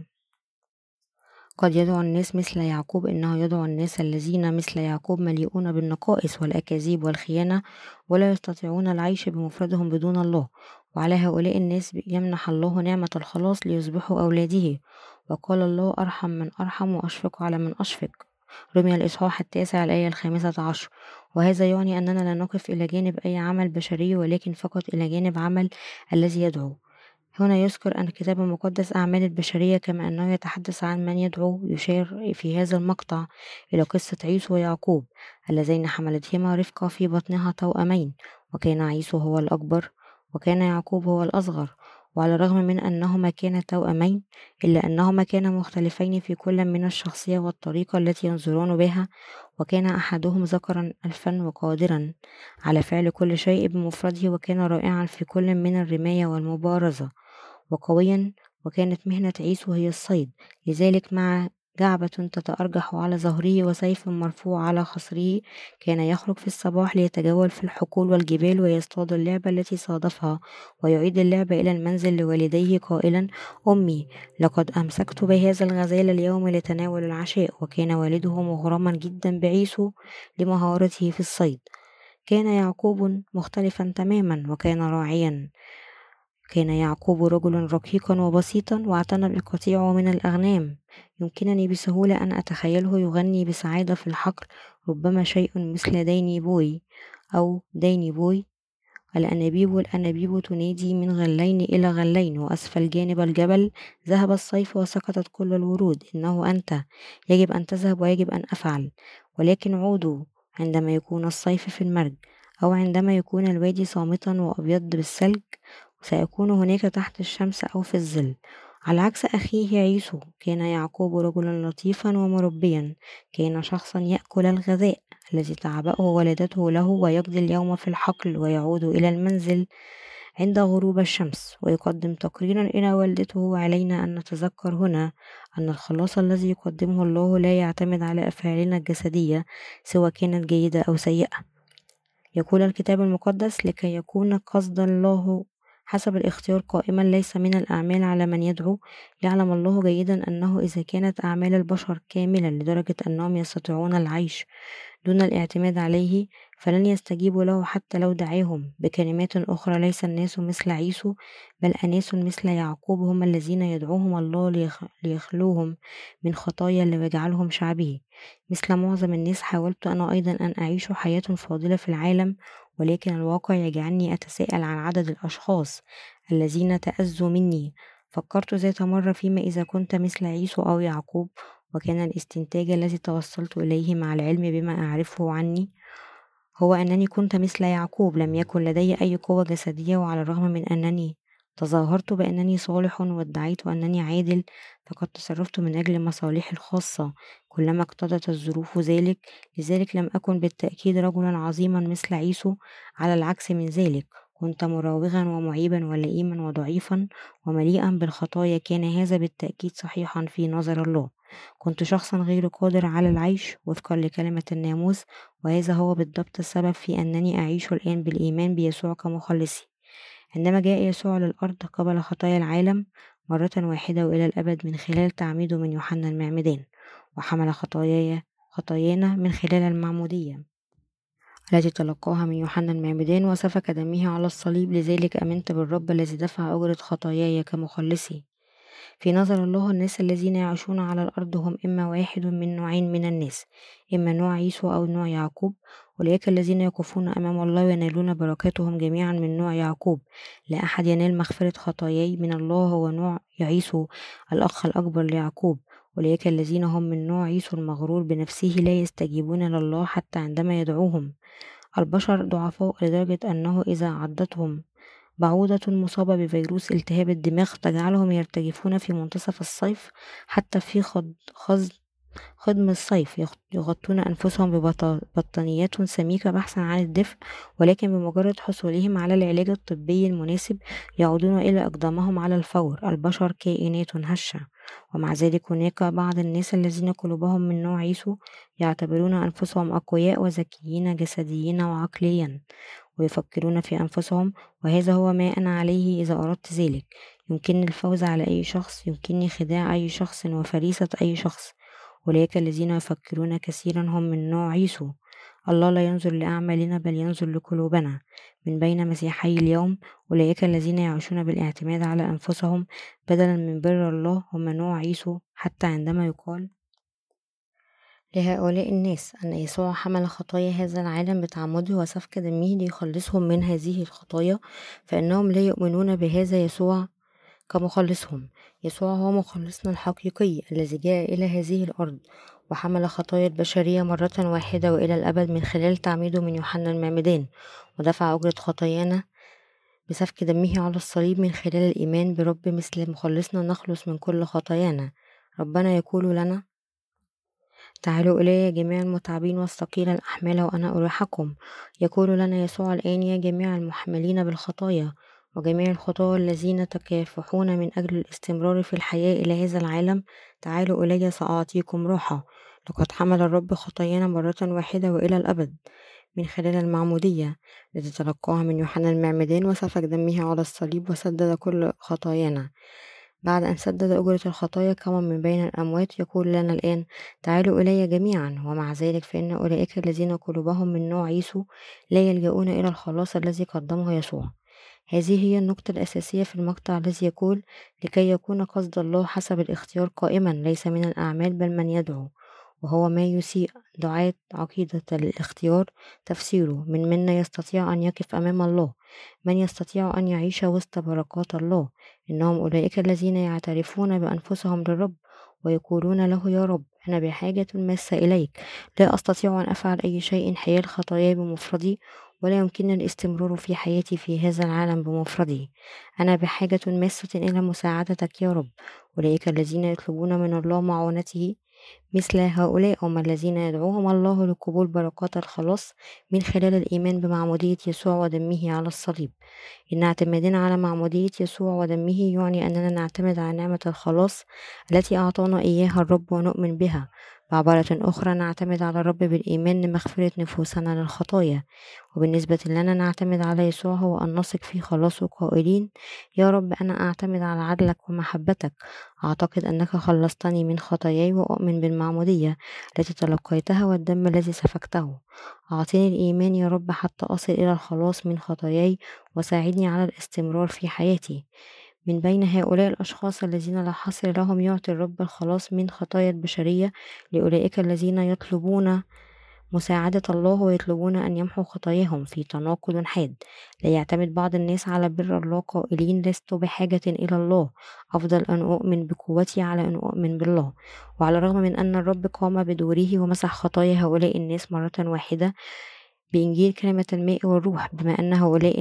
قد يدعو الناس مثل يعقوب، إنه يدعو الناس الذين مثل يعقوب مليئون بالنقائص والأكاذيب والخيانة ولا يستطيعون العيش بمفردهم بدون الله، وعلى هؤلاء الناس يمنح الله نعمة الخلاص ليصبحوا أولاده. وقال الله: أرحم من أرحم وأشفق على من أشفق. رمي الإصحاح 9 الآية 15. وهذا يعني أننا لا نقف إلى جانب أي عمل بشري ولكن فقط إلى جانب عمل الذي يدعو. هنا يذكر أن الكتاب المقدس أعمال البشرية كما أنه يتحدث عن من يدعو. يشير في هذا المقطع إلى قصة عيسو ويعقوب اللذين حملتهما رفقة في بطنها توأمين، وكان عيسو هو الأكبر وكان يعقوب هو الأصغر. وعلى الرغم من أنهما كانا توأمين إلا أنهما كانا مختلفين في كل من الشخصية والطريقة التي ينظرون بها، وكان أحدهم ذكرا ألفا وقادرا على فعل كل شيء بمفرده، وكان رائعا في كل من الرماية والمبارزة وقويا. وكانت مهنة عيسو هي الصيد، لذلك مع جعبة تتأرجح على ظهره وسيف مرفوع على خصره كان يخرج في الصباح ليتجول في الحقول والجبال ويصطاد اللعبة التي صادفها ويعيد اللعبة إلى المنزل لوالديه قائلا: أمي، لقد أمسكت بهذا الغزال اليوم لتناول العشاء. وكان والده مغرما جدا بعيسو لمهارته في الصيد. كان يعقوب مختلفا تماما وكان راعيا. كان يعقوب رجلا رقيقا وبسيطا واعتنى بالقطيع من الأغنام. يمكنني بسهولة أن أتخيله يغني بسعادة في الحقل، ربما شيء مثل ديني بوي أو ديني بوي. الأنابيب تنادي من غلين إلى غلين، وأسفل جانب الجبل ذهب الصيف وسقطت كل الورود. إنه أنت، يجب أن تذهب ويجب أن أفعل، ولكن عودوا عندما يكون الصيف في المرج أو عندما يكون الوادي صامتا وأبيض بالثلج. سيكون هناك تحت الشمس أو في الظل. على عكس أخيه عيسو كان يعقوب رجلا لطيفا ومربيا. كان شخصا يأكل الغذاء الذي تعبأه والدته له ويقضي اليوم في الحقل ويعود إلى المنزل عند غروب الشمس ويقدم تقريرا إلى والدته. علينا أن نتذكر هنا أن الخلاص الذي يقدمه الله لا يعتمد على أفعالنا الجسدية سواء كانت جيدة أو سيئة. يقول الكتاب المقدس: لكي يكون قصد الله حسب الاختيار قائما ليس من الأعمال على من يدعو. يعلم الله جيدا أنه إذا كانت أعمال البشر كاملة لدرجة أنهم يستطيعون العيش دون الاعتماد عليه فلن يستجيبوا له حتى لو دعاهم. بكلمات أخرى، ليس الناس مثل عيسو بل أناس مثل يعقوب هم الذين يدعوهم الله ليخلوهم من خطايا ويجعلهم شعبه. مثل معظم الناس حاولت أنا أيضا أن أعيش حياة فاضلة في العالم، ولكن الواقع يجعلني أتساءل عن عدد الأشخاص الذين تأذوا مني. فكرت ذات مرة فيما إذا كنت مثل عيسو أو يعقوب، وكان الاستنتاج الذي توصلت إليه مع العلم بما أعرفه عني هو أنني كنت مثل يعقوب. لم يكن لدي أي قوة جسدية، وعلى الرغم من أنني تظاهرت بأنني صالح وادعيت أنني عادل، فقد تصرفت من أجل مصالحي الخاصة كلما اقتضت الظروف ذلك. لذلك لم أكن بالتأكيد رجلا عظيما مثل عيسو، على العكس من ذلك كنت مراوغا ومعيبا ولئيما وضعيفا ومليئا بالخطايا. كان هذا بالتأكيد صحيحا في نظر الله. كنت شخصا غير قادر على العيش وفقا لكلمة الناموس، وهذا هو بالضبط السبب في أنني أعيش الآن بالإيمان بيسوع كمخلصي. عندما جاء يسوع للأرض قبل خطايا العالم مرة واحدة وإلى الأبد من خلال تعميده من يوحنا المعمدان، وحمل خطايانا من خلال المعمودية التي تلقاها من يوحنا المعمدان وسفك دمه على الصليب. لذلك آمنت بالرب الذي دفع أجرة خطاياي كمخلصي. في نظر الله الناس الذين يعيشون على الأرض هم إما واحد من نوعين من الناس، إما نوع عيسو أو نوع يعقوب. أولئك الذين يقفون أمام الله وينالون بركاتهم جميعا من نوع يعقوب. لا أحد ينال مغفرة خطاياي من الله هو نوع عيسو الأخ الأكبر ليعقوب. أولئك الذين هم من نوع عيسو المغرور بنفسه لا يستجيبون لله حتى عندما يدعوهم. البشر ضعفاء لدرجة أنه إذا عضتهم بعوضة مصابة بفيروس التهاب الدماغ تجعلهم يرتجفون في منتصف الصيف. حتى في خضم الصيف يغطون أنفسهم ببطانيات سميكة بحثا عن الدفء، ولكن بمجرد حصولهم على العلاج الطبي المناسب يعودون إلى أقدامهم على الفور. البشر كائنات هشة، ومع ذلك هناك بعض الناس الذين قلوبهم من نوع عيسو يعتبرون أنفسهم أقوياء وذكيين جسديا وعقليا، ويفكرون في أنفسهم وهذا هو ما أنا عليه إذا أردت ذلك. يمكنني الفوز على أي شخص، يمكنني خداع أي شخص وفريسة أي شخص. أولئك الذين يفكرون كثيرا هم من نوع عيسو. الله لا ينظر لأعمالنا بل ينظر لقلوبنا. من بين مسيحي اليوم أولئك الذين يعيشون بالاعتماد على أنفسهم بدلا من بر الله هم نوع عيسو. حتى عندما يقال لهؤلاء الناس أن يسوع حمل خطايا هذا العالم بتعمده وسفك دمه ليخلصهم من هذه الخطايا، فإنهم لا يؤمنون بهذا يسوع كمخلصهم. يسوع هو مخلصنا الحقيقي الذي جاء إلى هذه الأرض وحمل خطايا البشرية مرة واحدة وإلى الأبد من خلال تعميده من يوحنا المعمدان، ودفع أجرة خطايانا بسفك دمه على الصليب. من خلال الإيمان برب مثل مخلصنا نخلص من كل خطايانا. ربنا يقول لنا: تعالوا إلي جميع المتعبين والثقيل الأحمال وأنا أريحكم. يقول لنا يسوع الآن: يا جميع المحملين بالخطايا وجميع الخطاة الذين تكافحون من أجل الاستمرار في الحياة إلى هذا العالم، تعالوا إلي سأعطيكم راحة. لقد حمل الرب خطايانا مرة واحدة وإلى الأبد من خلال المعمودية التي تلقاها من يوحنا المعمدان وسفك دمه على الصليب وسدد كل خطايانا. بعد أن سدد أجرة الخطايا قام من بين الأموات. يقول لنا الآن: تعالوا إلي جميعا. ومع ذلك فإن أولئك الذين قلوبهم من نوع عيسو لا يلجؤون إلى الخلاص الذي قدمه يسوع. هذه هي النقطة الأساسية في المقطع الذي يقول: لكي يكون قصد الله حسب الاختيار قائما ليس من الأعمال بل من يدعو، وهو ما يسيء دعاة عقيدة الاختيار. تفسيره: من منا يستطيع أن يقف أمام الله؟ من يستطيع أن يعيش وسط بركات الله؟ إنهم أولئك الذين يعترفون بأنفسهم للرب ويقولون له: يا رب، أنا بحاجة ماسة إليك، لا أستطيع أن أفعل أي شيء حيال خطاياي بمفردي، ولا يمكنني الاستمرار في حياتي في هذا العالم بمفردي. أنا بحاجة ماسة إلى مساعدتك يا رب. أولئك الذين يطلبون من الله معونته مثل هؤلاء هم الذين يدعوهم الله لقبول بركات الخلاص من خلال الإيمان بمعمودية يسوع ودمه على الصليب. إن اعتمادنا على معمودية يسوع ودمه يعني أننا نعتمد على نعمة الخلاص التي أعطانا إياها الرب ونؤمن بها. بعبارة أخرى، نعتمد على الرب بالإيمان لمغفرة نفوسنا للخطايا. وبالنسبة لنا نعتمد على يسوع هو أن نثق في خلاصه قائلين: يا رب، أنا أعتمد على عدلك ومحبتك. أعتقد أنك خلصتني من خطاياي وأؤمن بالمعمودية التي تلقيتها والدم الذي سفكته. أعطيني الإيمان يا رب حتى أصل إلى الخلاص من خطاياي وساعدني على الاستمرار في حياتي. من بين هؤلاء الأشخاص الذين لا حصر لهم يعطي الرب الخلاص من خطايا البشرية لأولئك الذين يطلبون مساعدة الله ويطلبون أن يمحوا خطاياهم في تناقض حاد. لا يعتمد بعض الناس على بر الله قائلين: لست بحاجة إلى الله، أفضل أن أؤمن بقوتي على أن أؤمن بالله. وعلى الرغم من أن الرب قام بدوره ومسح خطايا هؤلاء الناس مرة واحدة بإنجيل كلمة الماء والروح، بما أن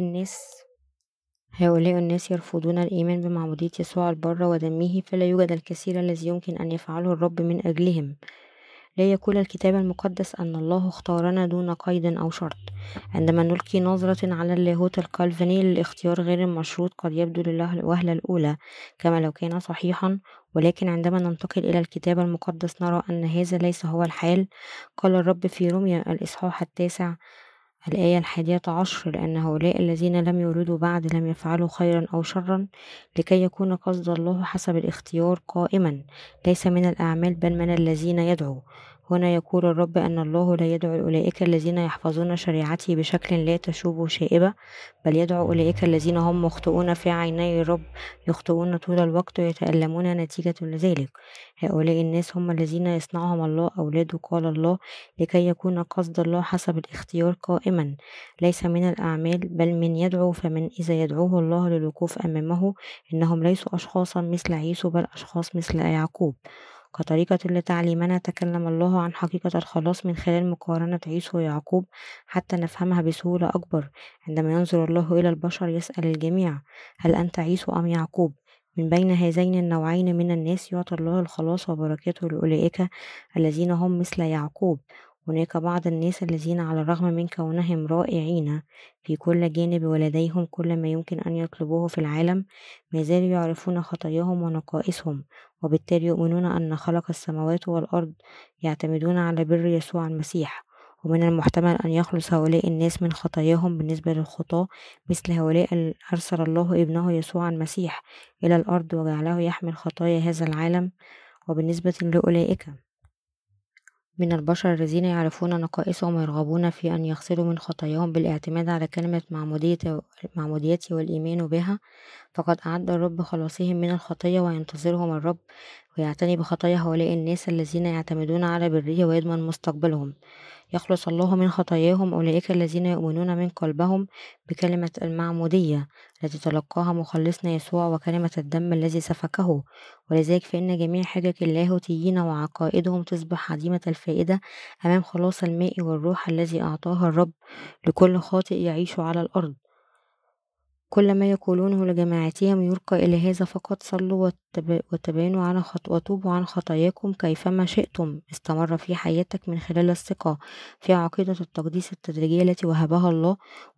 هؤلاء الناس يرفضون الإيمان بمعمودية يسوع البر ودمه، فلا يوجد الكثير الذي يمكن أن يفعله الرب من أجلهم. لا يقول الكتاب المقدس أن الله اختارنا دون قيد أو شرط. عندما نلقي نظرة على اللاهوت الكالفيني للاختيار غير المشروط قد يبدو للوهلة الأولى كما لو كان صحيحا، ولكن عندما ننتقل إلى الكتاب المقدس نرى أن هذا ليس هو الحال. قال الرب في روميا الإصحاح 9 الآية 11: لأن هؤلاء الذين لم يولدوا بعد لم يفعلوا خيرا أو شرا، لكي يكون قصد الله حسب الاختيار قائما، ليس من الأعمال بل من الذين يدعو. هنا يقول الرب أن الله لا يدعو أولئك الذين يحفظون شريعته بشكل لا تشوب شائبة، بل يدعو أولئك الذين هم مخطئون في عيني الرب، يخطئون طول الوقت ويتألمون نتيجة لذلك. هؤلاء الناس هم الذين يصنعهم الله أولاد قال الله، لكي يكون قصد الله حسب الاختيار قائما، ليس من الأعمال بل من يدعو. فمن إذا يدعوه الله للوقوف أمامه، إنهم ليسوا أشخاصا مثل عيسو بل أشخاص مثل يعقوب. كطريقة لتعليمنا تكلم الله عن حقيقة الخلاص من خلال مقارنة عيسو ويعقوب حتى نفهمها بسهولة أكبر. عندما ينظر الله إلى البشر يسأل الجميع: هل أنت عيسو أم يعقوب؟ من بين هذين النوعين من الناس يعطي الله الخلاص وبركاته لأولئك الذين هم مثل يعقوب. هناك بعض الناس الذين على الرغم من كونهم رائعين في كل جانب ولديهم كل ما يمكن أن يطلبوه في العالم، ما زالوا يعرفون خطاياهم ونقائصهم، وبالتالي يؤمنون أن خلق السماوات والأرض يعتمدون على بر يسوع المسيح. ومن المحتمل أن يخلص هؤلاء الناس من خطاياهم. بالنسبة للخطاة مثل هؤلاء أرسل الله ابنه يسوع المسيح إلى الأرض وجعله يحمل خطايا هذا العالم. وبالنسبة لأولئك من البشر الذين يعرفون نقائصهم ويرغبون في أن يغسلوا من خطاياهم بالاعتماد على كلمة معموديتي والإيمان بها، فقد أعد الرب خلاصهم من الخطية وينتظرهم الرب ويعتني بخطايا هؤلاء الناس الذين يعتمدون على بره ويضمن مستقبلهم. يخلص الله من خطاياهم أولئك الذين يؤمنون من قلبهم بكلمة المعمودية التي تلقاها مخلصنا يسوع وكلمة الدم الذي سفكه. ولذلك فإن جميع حجج اللاهوتيين وعقائدهم تصبح عديمة الفائدة أمام خلاص الماء والروح الذي أعطاه الرب لكل خاطئ يعيش على الأرض. كل ما يقولونه لجماعتهم يرقى إلى هذا فقط: صلوا وتبانوا وتوبوا عن خطاياكم كيفما شئتم استمر في حياتك من خلال الثقة في عقيدة التقديس التدريجية التي وهبها الله.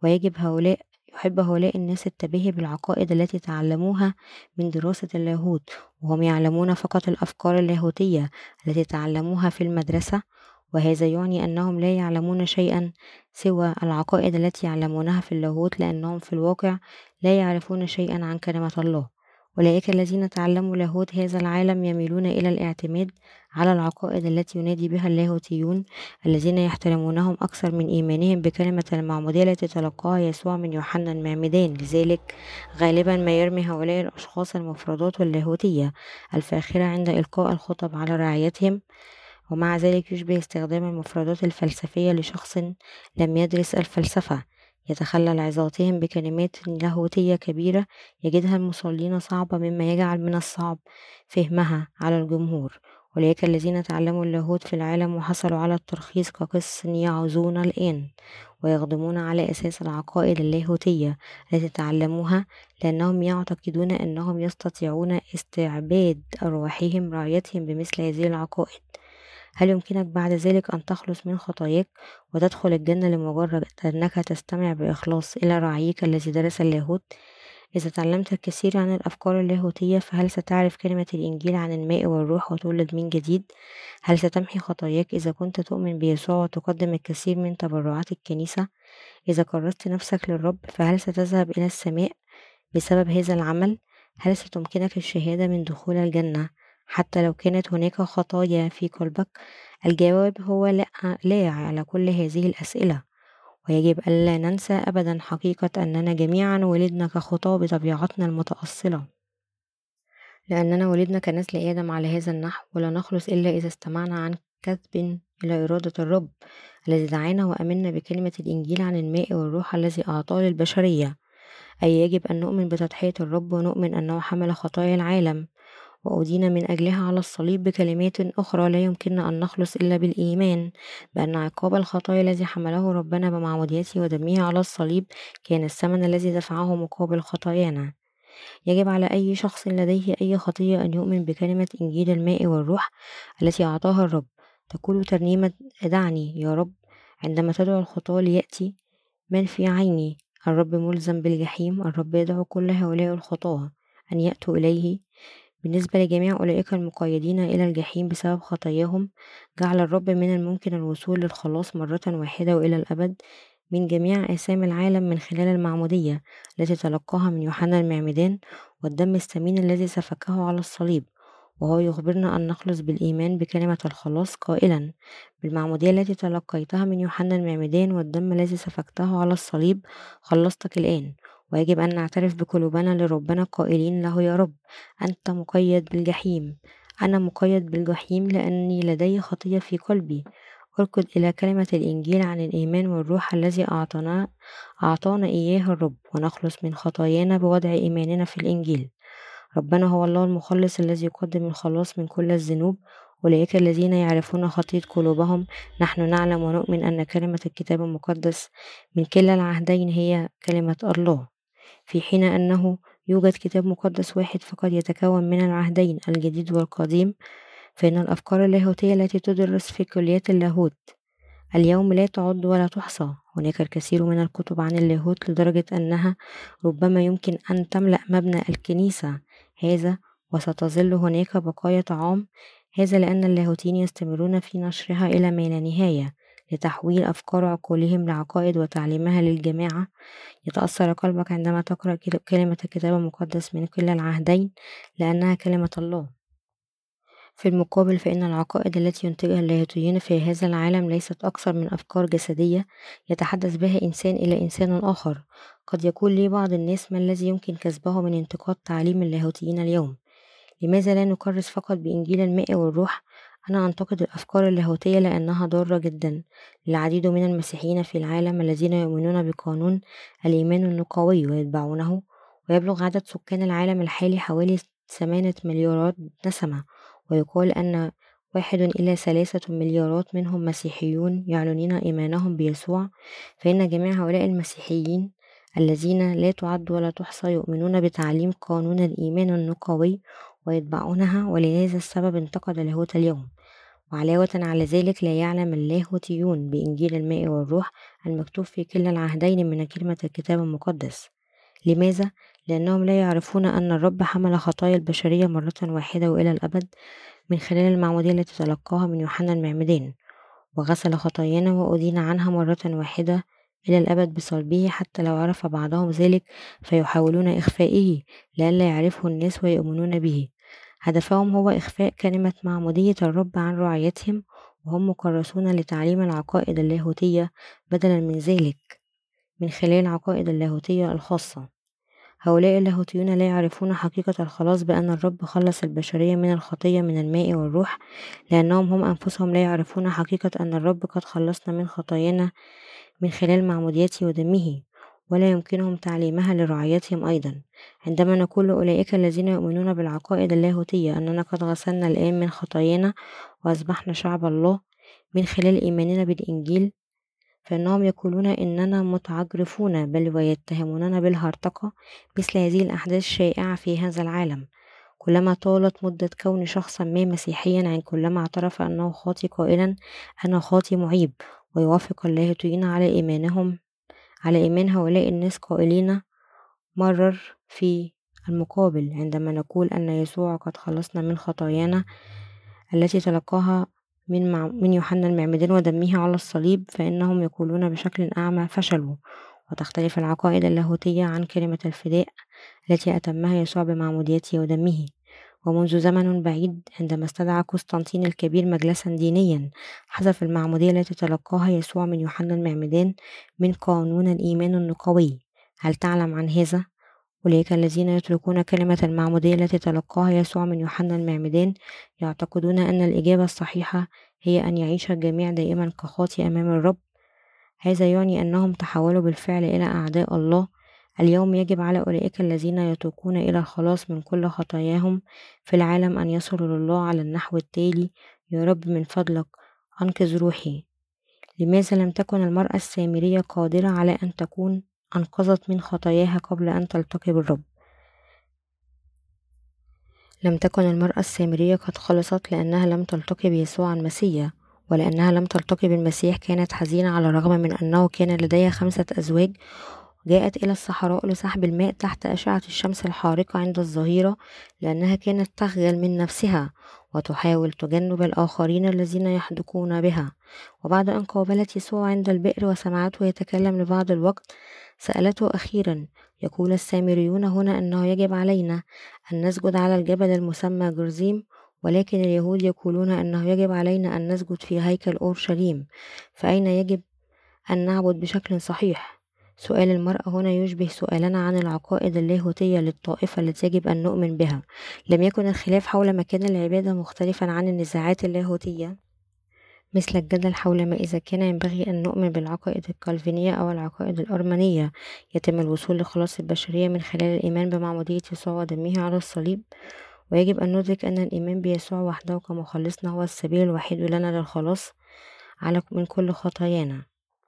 يحب هؤلاء الناس التباهي بالعقائد التي تعلموها من دراسة اللاهوت، وهم يعلمون فقط الأفكار اللاهوتية التي تعلموها في المدرسة، وهذا يعني أنهم لا يعلمون شيئا سوى العقائد التي يعلمونها في اللاهوت، لأنهم في الواقع لا يعرفون شيئا عن كلمة الله. أولئك الذين تعلموا لاهوت هذا العالم يميلون إلى الاعتماد على العقائد التي ينادي بها اللاهوتيون الذين يحترمونهم أكثر من إيمانهم بكلمة المعمودية التي تلقاها يسوع من يوحنا المعمدان. لذلك غالبا ما يرمي هؤلاء الأشخاص المفردات اللاهوتية الفاخرة عند إلقاء الخطب على رعايتهم، ومع ذلك يشبه استخدام المفردات الفلسفية لشخص لم يدرس الفلسفة. يتخلل عظاتهم بكلمات لاهوتية كبيرة يجدها المصلين صعبة، مما يجعل من الصعب فهمها على الجمهور. أولئك الذين تعلموا اللاهوت في العالم وحصلوا على الترخيص كقس يعظون الآن ويخدمون على أساس العقائد اللاهوتية التي تعلموها، لأنهم يعتقدون أنهم يستطيعون استعباد أرواحهم رعيتهم بمثل هذه العقائد. هل يمكنك بعد ذلك أن تخلص من خطاياك وتدخل الجنة لمجرد أنك تستمع بإخلاص إلى رعيك الذي درس اللاهوت؟ إذا تعلمت الكثير عن الأفكار اللاهوتية، فهل ستعرف كلمة الإنجيل عن الماء والروح وتولد من جديد؟ هل ستمحي خطاياك إذا كنت تؤمن بيسوع وتقدم الكثير من تبرعات الكنيسة؟ إذا كرست نفسك للرب، فهل ستذهب إلى السماء بسبب هذا العمل؟ هل ستمكنك الشهادة من دخول الجنة حتى لو كانت هناك خطايا في قلبك؟ الجواب هو لا، لا على كل هذه الأسئلة. ويجب ألا ننسى أبدا حقيقة أننا جميعا ولدنا كخطاة بطبيعتنا المتأصلة، لأننا ولدنا كنسل آدم على هذا النحو، ولا نخلص إلا إذا استمعنا عن كذب إلى إرادة الرب الذي دعانا وأمنا بكلمة الإنجيل عن الماء والروح الذي أعطاه للبشرية. أي يجب أن نؤمن بتضحية الرب ونؤمن أنه حمل خطايا العالم وأدين من أجلها على الصليب. بكلمات أخرى، لا يمكننا أن نخلص إلا بالإيمان بأن عقاب الخطايا الذي حمله ربنا بمعموديته ودمه على الصليب كان الثمن الذي دفعه مقابل خطايانا. يجب على أي شخص لديه أي خطية أن يؤمن بكلمة إنجيل الماء والروح التي أعطاها الرب. تقول ترنيمة: دعني يا رب عندما تدعو الخطاة ليأتي من في عيني. الرب ملزم بالجحيم. الرب يدعو كل هؤلاء الخطاة أن يأتوا إليه. بالنسبة لجميع أولئك المقيدين إلى الجحيم بسبب خطاياهم، جعل الرب من الممكن الوصول للخلاص مرة واحدة وإلى الأبد من جميع آثام العالم من خلال المعمودية التي تلقاها من يوحنا المعمدان والدم الثمين الذي سفكه على الصليب. وهو يخبرنا أن نخلص بالإيمان بكلمة الخلاص قائلا: بالمعمودية التي تلقيتها من يوحنا المعمدان والدم الذي سفكته على الصليب خلصتك الآن. ويجب أن نعترف بقلوبنا لربنا قائلين له: يا رب، أنت مقيد بالجحيم، أنا مقيد بالجحيم لأني لدي خطية في قلبي. اركض إلى كلمة الإنجيل عن الإيمان والروح الذي أعطانا إياه الرب، ونخلص من خطايانا بوضع إيماننا في الإنجيل. ربنا هو الله المخلص الذي يقدم الخلاص من كل الذنوب. أولئك الذين يعرفون خطية قلوبهم، نحن نعلم ونؤمن أن كلمة الكتاب المقدس من كلا العهدين هي كلمة الله، في حين أنه يوجد كتاب مقدس واحد فقط يتكون من العهدين الجديد والقديم. فإن الأفكار اللاهوتية التي تدرس في كليات اللاهوت اليوم لا تعد ولا تحصى. هناك الكثير من الكتب عن اللاهوت لدرجة أنها ربما يمكن أن تملأ مبنى الكنيسة هذا، وستظل هناك بقايا طعام. هذا لأن اللاهوتيين يستمرون في نشرها إلى ما لا نهاية لتحويل أفكار عقولهم لعقائد وتعليمها للجماعة. يتأثر قلبك عندما تقرأ كلمة الكتاب المقدس من كلا العهدين لأنها كلمة الله. في المقابل، فإن العقائد التي ينتجها اللاهوتيون في هذا العالم ليست أكثر من أفكار جسدية يتحدث بها إنسان إلى إنسان آخر. قد يقول لي بعض الناس: ما الذي يمكن كسبه من انتقاد تعليم اللاهوتيين اليوم؟ لماذا لا نكرس فقط بإنجيل الماء والروح؟ أنا أنتقد الأفكار اللاهوتية لأنها ضارة جدا للعديد من المسيحيين في العالم الذين يؤمنون بقانون الإيمان النقوي ويتبعونه. ويبلغ عدد سكان العالم الحالي حوالي 8 مليارات نسمة، ويقال أن 1 إلى 3 مليارات منهم مسيحيون يعلنون إيمانهم بيسوع. فإن جميع هؤلاء المسيحيين الذين لا تعد ولا تحصى يؤمنون بتعليم قانون الإيمان النقوي ويتبعونها، ولهذا السبب انتقد اللاهوت اليوم. وعلاوة على ذلك، لا يعلم اللاهوتيون بإنجيل الماء والروح المكتوب في كلا العهدين من كلمة الكتاب المقدس. لماذا؟ لأنهم لا يعرفون أن الرب حمل خطايا البشرية مرة واحدة وإلى الأبد من خلال المعمودية التي تلقاها من يوحنا المعمدان، وغسل خطايانا وأدين عنها مرة واحدة إلى الأبد بصلبه، حتى لو عرف بعضهم ذلك فيحاولون إخفائه لئلا يعرفه الناس ويؤمنون به. هدفهم هو إخفاء كلمة معمودية الرب عن رعايتهم، وهم مكرسون لتعليم العقائد اللاهوتية بدلا من ذلك من خلال العقائد اللاهوتية الخاصة. هؤلاء اللاهوتيون لا يعرفون حقيقة الخلاص بأن الرب خلص البشرية من الخطية من الماء والروح، لأنهم هم أنفسهم لا يعرفون حقيقة أن الرب قد خلصنا من خطايانا من خلال معموديته ودمه، ولا يمكنهم تعليمها لرعايتهم أيضا. عندما نقول لأولئك الذين يؤمنون بالعقائد اللاهوتية أننا قد غسلنا الآن من خطايانا وأصبحنا شعب الله من خلال إيماننا بالإنجيل، فإنهم يقولون إننا متعجرفون، بل ويتهموننا بالهرطقة. مثل هذه الأحداث شائعة في هذا العالم. كلما طالت مدة كون شخصا ما مسيحيا عن كلما اعترف أنه خاطي قائلا: أنا خاطي معيب. ويوافق اللاهوتيين على إيمان هؤلاء الناس قائلين مرر في المقابل، عندما نقول أن يسوع قد خلصنا من خطايانا التي تلقاها من يوحنا المعمدان ودمه على الصليب، فإنهم يقولون بشكل أعمى: فشلوا. وتختلف العقائد اللاهوتية عن كلمة الفداء التي أتمها يسوع بمعموديته ودمه. ومنذ زمن بعيد، عندما استدعى قسطنطين الكبير مجلسا دينيا، حذف المعمودية التي تلقاها يسوع من يوحنا المعمدان من قانون الإيمان النقوي. هل تعلم عن هذا؟ أولئك الذين يتركون كلمة المعمودية التي تلقاها يسوع من يوحنا المعمدان يعتقدون أن الإجابة الصحيحة هي أن يعيش الجميع دائما كخاطئ أمام الرب. هذا يعني أنهم تحولوا بالفعل إلى أعداء الله. اليوم يجب على أولئك الذين يتوقون إلى الخلاص من كل خطاياهم في العالم أن يصلوا لله على النحو التالي: يا رب، من فضلك أنقذ روحي. لماذا لم تكن المرأة السامرية قادرة على أن تكون أنقذت من خطاياها قبل أن تلتقي بالرب؟ لم تكن المرأة السامرية قد خلصت لأنها لم تلتقي بيسوع المسيح، ولأنها لم تلتقي بالمسيح كانت حزينة على الرغم من أنه كان لديها 5 أزواج. جاءت إلى الصحراء لسحب الماء تحت أشعة الشمس الحارقة عند الظهيرة، لأنها كانت تخجل من نفسها وتحاول تجنب الآخرين الذين يحدقون بها. وبعد أن قابلت يسوع عند البئر وسمعته يتكلم لبعض الوقت، سألته أخيرا: يقول السامريون هنا أنه يجب علينا أن نسجد على الجبل المسمى جرزيم، ولكن اليهود يقولون أنه يجب علينا أن نسجد في هيكل أورشليم، فأين يجب أن نعبد بشكل صحيح؟ سؤال المرأة هنا يشبه سؤالنا عن العقائد اللاهوتية للطائفة التي يجب أن نؤمن بها. لم يكن الخلاف حول مكان العبادة مختلفا عن النزاعات اللاهوتية، مثل الجدل حول ما إذا كان ينبغي أن نؤمن بالعقائد الكالفينية أو العقائد الأرمنية. يتم الوصول لخلاص البشرية من خلال الإيمان بمعمودية يسوع ودمه على الصليب، ويجب أن ندرك أن الإيمان بيسوع وحده كمخلصنا هو السبيل الوحيد لنا للخلاص من كل خطايانا.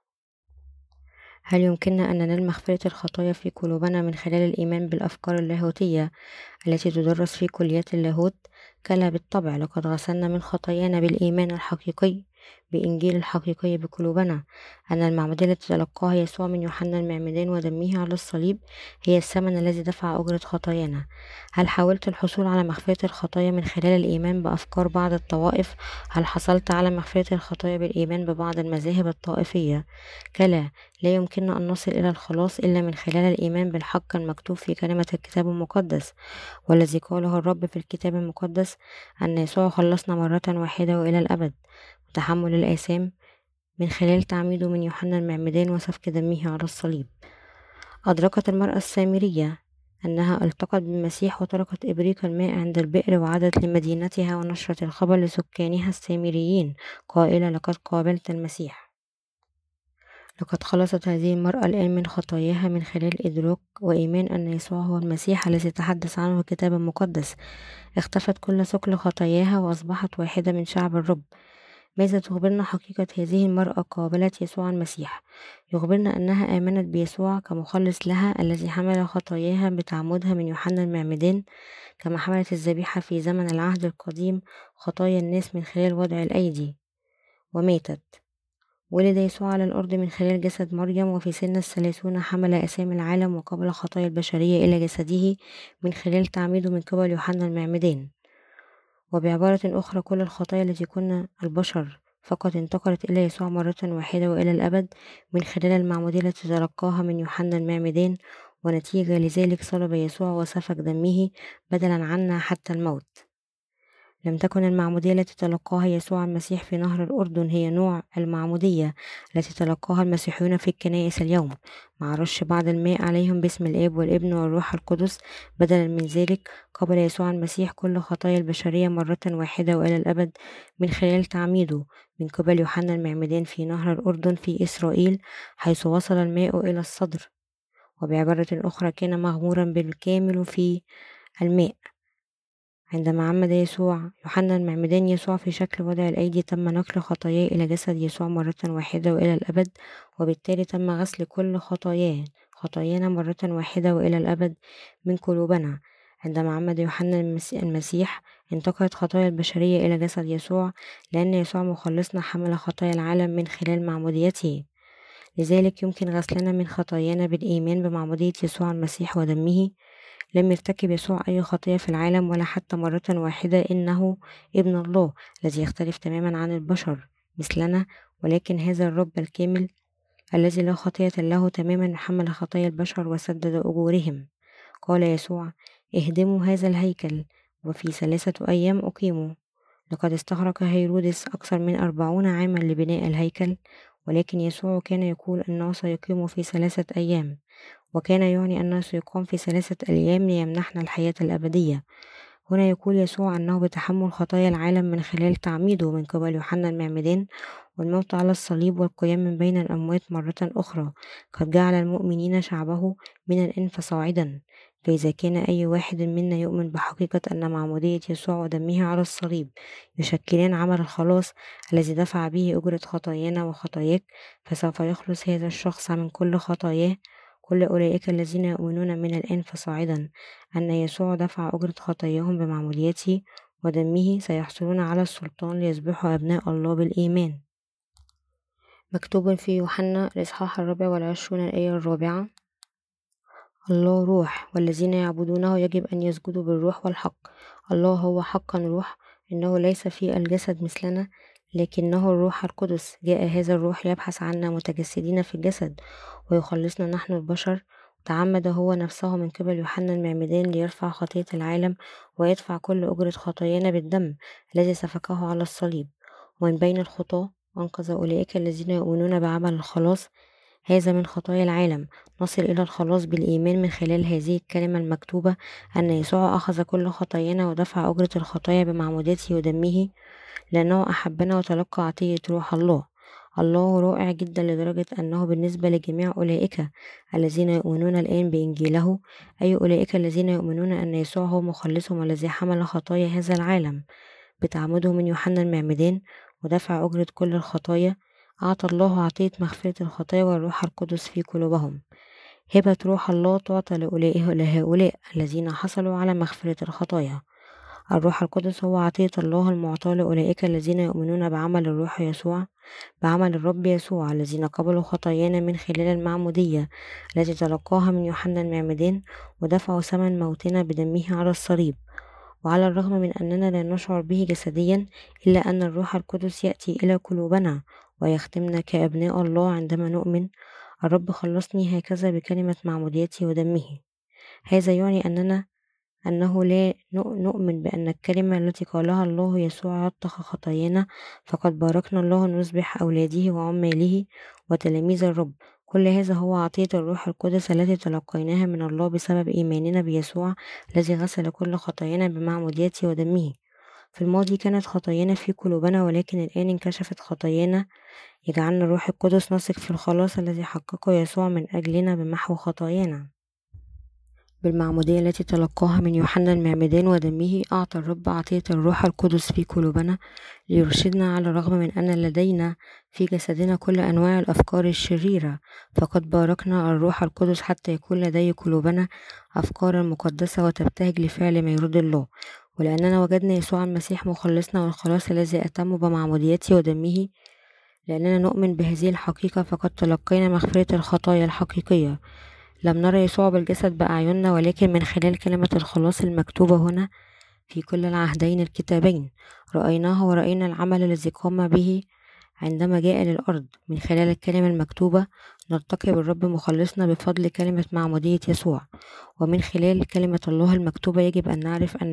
هل يمكننا أن ننال مغفرة الخطايا في قلوبنا من خلال الإيمان بالأفكار اللاهوتية التي تدرس في كليات اللاهوت؟ كلا بالطبع، لقد غسلنا من خطايانا بالإيمان الحقيقي بإنجيل الحقيقي بقلوبنا. أن المعمودية التي تلقاها يسوع من يوحنا المعمدان ودمه على الصليب هي الثمن الذي دفع أجرة خطايانا. هل حاولت الحصول على مغفرة الخطايا من خلال الإيمان بأفكار بعض الطوائف؟ هل حصلت على مغفرة الخطايا بالإيمان ببعض المذاهب الطائفية؟ كلا، لا يمكننا أن نصل إلى الخلاص إلا من خلال الإيمان بالحق المكتوب في كلمة الكتاب المقدس، والذي قاله الرب في الكتاب المقدس أن يسوع خلصنا مرة واحدة وإلى الأبد وتحمل الآثام من خلال تعميده من يوحنا المعمدان وسفك دمه على الصليب. أدركت المرأة السامرية أنها التقت بالمسيح وتركت إبريق الماء عند البئر وعادت لمدينتها ونشرت الخبر لسكانها السامريين قائلة: لقد قابلت المسيح. لقد خلصت هذه المرأة الآن من خطاياها من خلال إدراك وإيمان أن يسوع هو المسيح الذي تحدث عنه الكتاب المقدس. اختفت كل ثقل خطاياها وأصبحت واحدة من شعب الرب. ماذا تخبرنا حقيقة هذه المرأة قابلة يسوع المسيح؟ يخبرنا أنها آمنت بيسوع كمخلص لها الذي حمل خطاياها بتعمدها من يوحنا المعمدان، كما حملت الذبيحة في زمن العهد القديم خطايا الناس من خلال وضع الأيدي وماتت. ولد يسوع على الأرض من خلال جسد مريم، وفي سن الثلاثون حمل آثام العالم وقبل خطايا البشرية إلى جسده من خلال تعميده من قبل يوحنا المعمدان. وبعبارة أخرى، كل الخطايا التي كنا البشر فقط انتقلت إلى يسوع مرة واحدة وإلى الأبد من خلال المعمودية التي تلقاها من يوحنا المعمدان، ونتيجة لذلك صلب يسوع وسفك دمه بدلا عنا حتى الموت. لم تكن المعمودية التي تلقاها يسوع المسيح في نهر الأردن هي نوع المعمودية التي تلقاها المسيحيون في الكنائس اليوم، مع رش بعض الماء عليهم باسم الآب والابن والروح القدس. بدلا من ذلك، قبل يسوع المسيح كل خطايا البشرية مرة واحدة وإلى الأبد من خلال تعميده من قبل يوحنا المعمدان في نهر الأردن في إسرائيل، حيث وصل الماء إلى الصدر، وبعبارة أخرى كان مغمورا بالكامل في الماء. عندما عمد يوحنا المعمدان يسوع في شكل وضع الأيدي، تم نقل خطاياه إلى جسد يسوع مرة واحدة وإلى الأبد، وبالتالي تم غسل كل خطايانا مرة واحدة وإلى الأبد من قلوبنا. عندما عمد يوحنا المسيح انتقلت خطايا البشرية إلى جسد يسوع، لأن يسوع مخلصنا حمل خطايا العالم من خلال معموديته. لذلك يمكن غسلنا من خطايانا بالإيمان بمعمودية يسوع المسيح ودمه. لم يرتكب يسوع أي خطية في العالم ولا حتى مرة واحدة. إنه ابن الله الذي يختلف تماما عن البشر مثلنا، ولكن هذا الرب الكامل الذي لا خطية له تماما حمل خطايا البشر وسدد أجورهم. قال يسوع: اهدموا هذا الهيكل وفي 3 أيام أقيمه. لقد استغرق هيرودس أكثر من 40 عاما لبناء الهيكل، ولكن يسوع كان يقول أنه سيقيم في 3 أيام، وكان يعني أنه سيقام في 3 أيام ليمنحنا الحياة الأبدية. هنا يقول يسوع أنه بتحمل خطايا العالم من خلال تعميده من قبل يوحنا المعمدان والموت على الصليب والقيام من بين الأموات مرة أخرى قد جعل المؤمنين شعبه من الإنف فصاعدا. فإذا كان أي واحد منا يؤمن بحقيقة أن معمودية يسوع ودمه على الصليب يشكلان عمل الخلاص الذي دفع به أجرة خطايانا وخطاياك، فسوف يخلص هذا الشخص من كل خطاياه. كل أولئك الذين يؤمنون من الآن فصاعدا أن يسوع دفع أجرة خطاياهم بمعموديته ودمه سيحصلون على السلطان ليصبحوا أبناء الله بالإيمان. مكتوب في يوحنا الإصحاح 24 الآية 4: الله روح، والذين يعبدونه يجب أن يسجدوا بالروح والحق. الله هو حقا روح، إنه ليس في الجسد مثلنا، لكنه الروح القدس. جاء هذا الروح يبحث عنا متجسدين في الجسد ويخلصنا نحن البشر. تعمد هو نفسه من قبل يوحنا المعمدان ليرفع خطية العالم ويدفع كل أجرة خطايانا بالدم الذي سفكه على الصليب. ومن بين الخطاة أنقذ أولئك الذين يؤمنون بعمل الخلاص هذا من خطايا العالم. نصل إلى الخلاص بالإيمان من خلال هذه الكلمة المكتوبة أن يسوع أخذ كل خطايانا ودفع أجرة الخطايا بمعموداته ودمه، لأنه أحبنا وتلقى عطية روح الله. الله رائع جدا لدرجة أنه بالنسبة لجميع أولئك الذين يؤمنون الآن بإنجيله، أي أولئك الذين يؤمنون أن يسوع هو مخلصهم الذي حمل خطايا هذا العالم بتعمده من يوحنا المعمدان ودفع أجرة كل الخطايا، أعطى الله عطية مغفرة الخطايا والروح القدس في قلوبهم. هبة روح الله تعطى لهؤلاء الذين حصلوا على مغفرة الخطايا. الروح القدس هو عطية الله المعطاة لأولئك الذين يؤمنون بعمل الروح يسوع، بعمل الرب يسوع، الذين قبلوا خطايانا من خلال المعمودية التي تلقاها من يوحنا المعمدان ودفعوا ثمن موتنا بدمه على الصليب. وعلى الرغم من أننا لا نشعر به جسديا، إلا أن الروح القدس يأتي إلى قلوبنا ويختمنا كأبناء الله عندما نؤمن. الرب خلصني هكذا بكلمة معموديته ودمه. هذا يعني أنه لا نؤمن بأن الكلمة التي قالها الله يسوع يطخ خطايانا، فقد باركنا الله أن نصبح أولاده وعماله وتلاميذ الرب. كل هذا هو عطية الروح القدس التي تلقيناها من الله بسبب إيماننا بيسوع الذي غسل كل خطايانا بمعموديته ودمه. في الماضي كانت خطايانا في قلوبنا، ولكن الآن انكشفت خطايانا، يجعلنا الروح القدس نثق في الخلاص الذي حققه يسوع من أجلنا بمحو خطايانا. بالمعمودية التي تلقاها من يوحنا المعمدان ودمه أعطى الرب عطية الروح القدس في قلوبنا ليرشدنا، على الرغم من أن لدينا في جسدنا كل أنواع الأفكار الشريرة، فقد باركنا الروح القدس حتى يكون لدي قلوبنا أفكارا مقدسة وتبتهج لفعل ما يرضي الله. ولأننا وجدنا يسوع المسيح مخلصنا والخلاص الذي أتم بمعموديته ودمه، لأننا نؤمن بهذه الحقيقة فقد تلقينا مغفرة الخطايا الحقيقية. لم نرى يسوع بالجسد بأعيننا، ولكن من خلال كلمة الخلاص المكتوبة هنا في كل العهدين الكتابين رأيناه ورأينا العمل الذي قام به عندما جاء للأرض. من خلال الكلمة المكتوبة نلتقي بالرب مخلصنا بفضل كلمة معمودية يسوع. ومن خلال كلمة الله المكتوبة يجب أن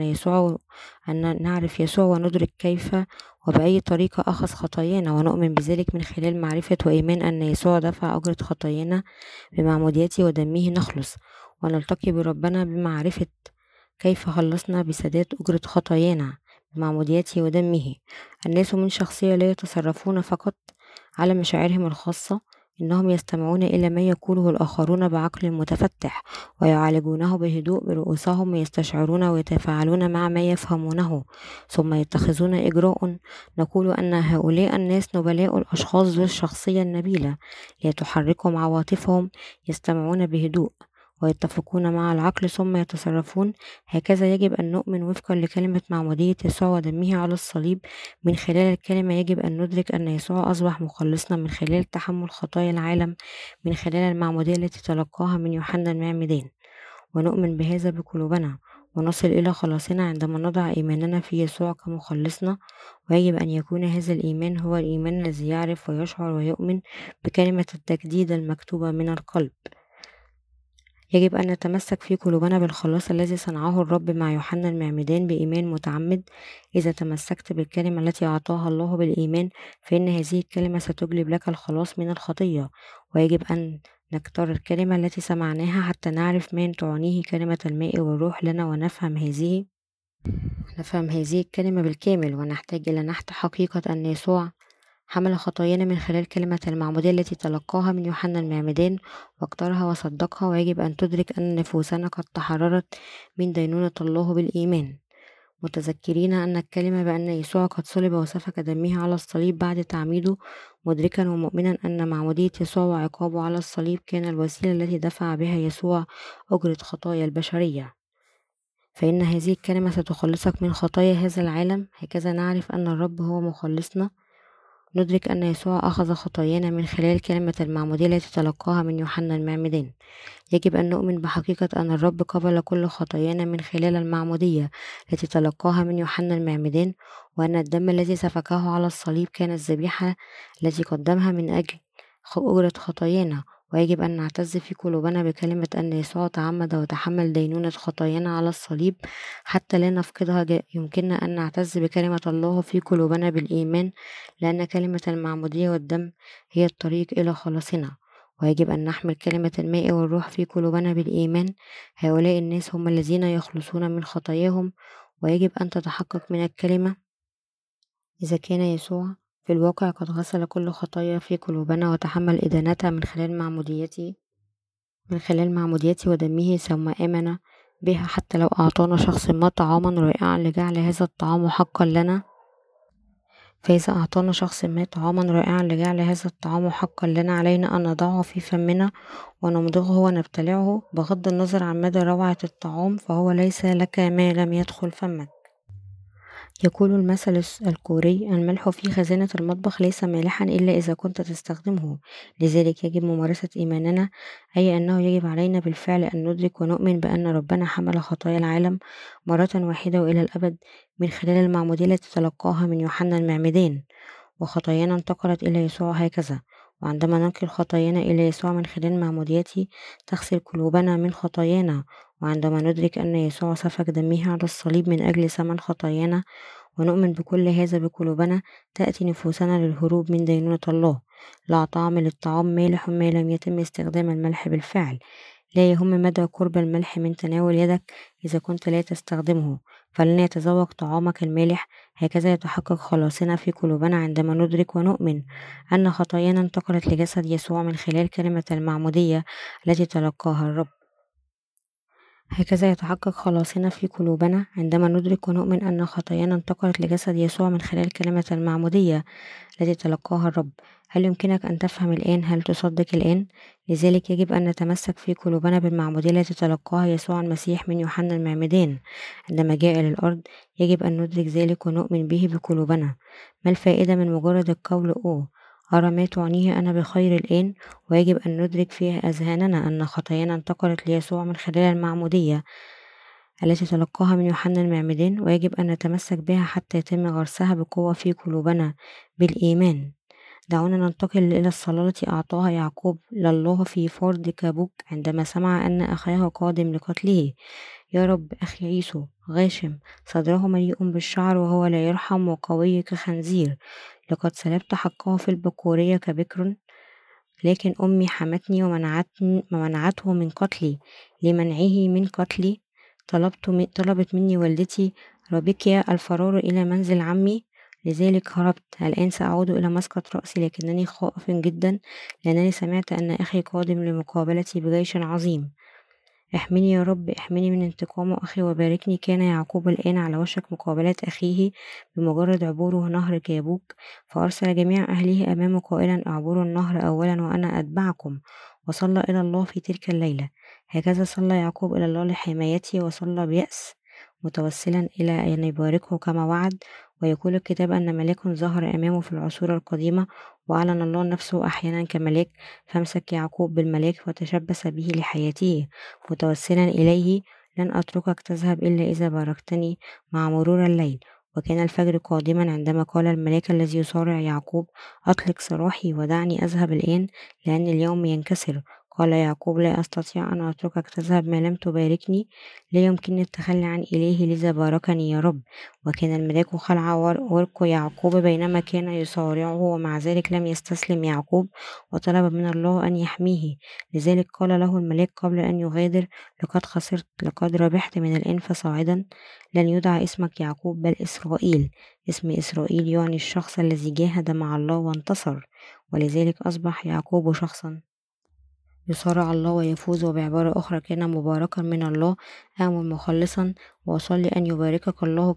نعرف يسوع وندرك كيف وبأي طريقة أخذ خطايانا، ونؤمن بذلك من خلال معرفة وإيمان أن يسوع دفع أجرة خطايانا بمعموديته ودمه نخلص، ونلتقي بربنا بمعرفة كيف خلصنا بسداد أجرة خطايانا بمعموديته ودمه. الناس من شخصية لا يتصرفون فقط على مشاعرهم الخاصة، إنهم يستمعون إلى ما يقوله الآخرون بعقل متفتح ويعالجونه بهدوء برؤوسهم، ويستشعرون ويتفاعلون مع ما يفهمونه ثم يتخذون إجراء. نقول أن هؤلاء الناس نبلاء الأشخاص ذو الشخصية النبيلة لتحركهم عواطفهم، يستمعون بهدوء ويتفقون مع العقل ثم يتصرفون. هكذا يجب أن نؤمن وفقا لكلمة معمودية يسوع ودمه على الصليب. من خلال الكلمة يجب أن ندرك أن يسوع أصبح مخلصنا من خلال تحمل خطايا العالم من خلال المعمودية التي تلقاها من يوحنا المعمدان، ونؤمن بهذا بقلوبنا ونصل إلى خلاصنا عندما نضع إيماننا في يسوع كمخلصنا. ويجب أن يكون هذا الإيمان هو الإيمان الذي يعرف ويشعر ويؤمن بكلمة التجديد المكتوبة من القلب. يجب أن نتمسك في قلوبنا بالخلاص الذي صنعه الرب مع يوحنا المعمدان بإيمان متعمد. إذا تمسكت بالكلمة التي أعطاها الله بالإيمان، فإن هذه الكلمة ستجلب لك الخلاص من الخطية. ويجب أن نختار الكلمة التي سمعناها حتى نعرف ما تعنيه كلمة الماء والروح لنا، ونفهم هذه الكلمة بالكامل، ونحتاج إلى نحت حقيقة أن يسوع حمل خطايانا من خلال كلمة المعمودية التي تلقاها من يوحنا المعمدان واختارها وصدقها. ويجب أن تدرك أن نفوسنا قد تحررت من دينونة الله بالإيمان، متذكرين أن الكلمة بأن يسوع قد صلب وسفك دمه على الصليب بعد تعميده، مدركا ومؤمنا أن معمودية يسوع وعقابه على الصليب كان الوسيلة التي دفع بها يسوع أجرة خطايا البشرية. فإن هذه الكلمة ستخلصك من خطايا هذا العالم. هكذا نعرف أن الرب هو مخلصنا. ندرك أن يسوع أخذ خطايانا من خلال كلمة المعمودية التي تلقاها من يوحنا المعمدان. يجب أن نؤمن بحقيقة أن الرب قبل كل خطايانا من خلال المعمودية التي تلقاها من يوحنا المعمدان، وأن الدم الذي سفكه على الصليب كان الذبيحة التي قدمها من أجل أجرة خطايانا. ويجب أن نعتز في قلوبنا بكلمة أن يسوع تعمد وتحمل دينونة خطايانا على الصليب حتى لا نفقدها. يمكننا أن نعتز بكلمة الله في قلوبنا بالإيمان، لأن كلمة المعمودية والدم هي الطريق إلى خلاصنا. ويجب أن نحمل كلمة الماء والروح في قلوبنا بالإيمان. هؤلاء الناس هم الذين يخلصون من خطاياهم. ويجب أن تتحقق من الكلمة إذا كان يسوع في الواقع قد غسل كل خطايا في قلوبنا وتحمل إدانتها من خلال معموديته ودمه، ثم آمن بها حتى لو أعطانا شخص ما طعاما رائعا لجعل هذا الطعام حقا لنا. فإذا أعطانا شخص ما طعاما رائعا لجعل هذا الطعام حقا لنا، علينا أن نضعه في فمنا ونمضغه ونبتلعه. بغض النظر عن مدى روعة الطعام، فهو ليس لك ما لم يدخل فمك. يقول المثل الكوري: الملح في خزانة المطبخ ليس مالحا إلا إذا كنت تستخدمه. لذلك يجب ممارسة إيماننا، أي أنه يجب علينا بالفعل أن ندرك ونؤمن بأن ربنا حمل خطايا العالم مرة واحدة وإلى الأبد من خلال المعمودية التي تلقاها من يوحنا المعمدان، وخطايانا انتقلت إلى يسوع هكذا. وعندما ننقل خطايانا إلى يسوع من خلال معموديته تغسل قلوبنا من خطايانا. وعندما ندرك أن يسوع سفك دمه على الصليب من أجل ثمن خطايانا ونؤمن بكل هذا بقلوبنا، تأتي نفوسنا للهروب من دينونة الله. لا طعم للطعام مالح ما لم يتم استخدام الملح بالفعل. لا يهم مدى قرب الملح من تناول يدك إذا كنت لا تستخدمه، فلن يتذوق طعامك المالح. هكذا يتحقق خلاصنا في قلوبنا عندما ندرك ونؤمن أن خطايانا انتقلت لجسد يسوع من خلال كلمة المعمودية التي تلقاها الرب. هكذا يتحقق خلاصنا في قلوبنا عندما ندرك ونؤمن أن خطايانا انتقلت لجسد يسوع من خلال كلمة المعمودية التي تلقاها الرب. هل يمكنك أن تفهم الآن؟ هل تصدق الآن؟ لذلك يجب أن نتمسك في قلوبنا بالمعمودية التي تلقاها يسوع المسيح من يوحنا المعمدان عندما جاء إلى الأرض. يجب أن ندرك ذلك ونؤمن به بقلوبنا. ما الفائدة من مجرد القول أرى ما تعنيه أنا بخير الآن؟ ويجب أن ندرك في أذهاننا أن خطايانا انتقلت ليسوع من خلال المعمودية التي تلقاها من يوحنا المعمدان، ويجب أن نتمسك بها حتى يتم غرسها بقوة في قلوبنا بالإيمان. دعونا ننتقل إلى الصلاة التي أعطاها يعقوب لله في فرد كابوك عندما سمع أن أخاه قادم لقتله. يا رب، أخي عيسو غاشم، صدره مليء بالشعر وهو لا يرحم وقوي كخنزير. لقد سلبت حقه في البكورية كبكر، لكن أمي حمتني ومنعته من قتلي. لمنعه من قتلي طلبت مني والدتي رابيكيا الفرار إلى منزل عمي، لذلك هربت. الآن سأعود إلى مسقط رأسي، لكنني خائف جدا لأنني سمعت أن أخي قادم لمقابلتي بجيش عظيم. احمني يا رب، احمني من انتقام أخي وباركني. كان يعقوب الآن على وشك مقابلة أخيه بمجرد عبوره نهر كيبوك، فأرسل جميع أهله أمامه قائلا: اعبروا النهر أولا وأنا أتبعكم. وصلى إلى الله في تلك الليلة. هكذا صلى يعقوب إلى الله لحمايته، وصلى بيأس متوسلا إلى أن يباركه كما وعد. ويقول الكتاب أن ملاك ظهر أمامه في العصور القديمة، وأعلن الله نفسه أحيانا كملاك، فامسك يعقوب بالملاك وتشبث به لحياته متوسلا إليه: لن أتركك تذهب إلا إذا باركتني مع مرور الليل. وكان الفجر قادما عندما قال الملاك الذي يصارع يعقوب: أطلق سراحي ودعني أذهب الآن، لأن اليوم ينكسر. قال يعقوب: لا أستطيع أن أتركك تذهب ما لم تباركني. لا يمكنني التخلي عن إلهي، لذا باركني يا رب. وكان الملاك خلع ورق يعقوب بينما كان يصارعه، ومع ذلك لم يستسلم يعقوب وطلب من الله أن يحميه. لذلك قال له الملاك قبل أن يغادر: لقد خسرت، لقد ربحت من الآن فصاعدا. لن يدعى اسمك يعقوب بل إسرائيل. اسم إسرائيل يعني الشخص الذي جاهد مع الله وانتصر، ولذلك أصبح يعقوب شخصا يصارع الله ويفوز. وبعبارة أخرى كان مباركا من الله، أعمل مخلصا. وأصلي أن يباركك الله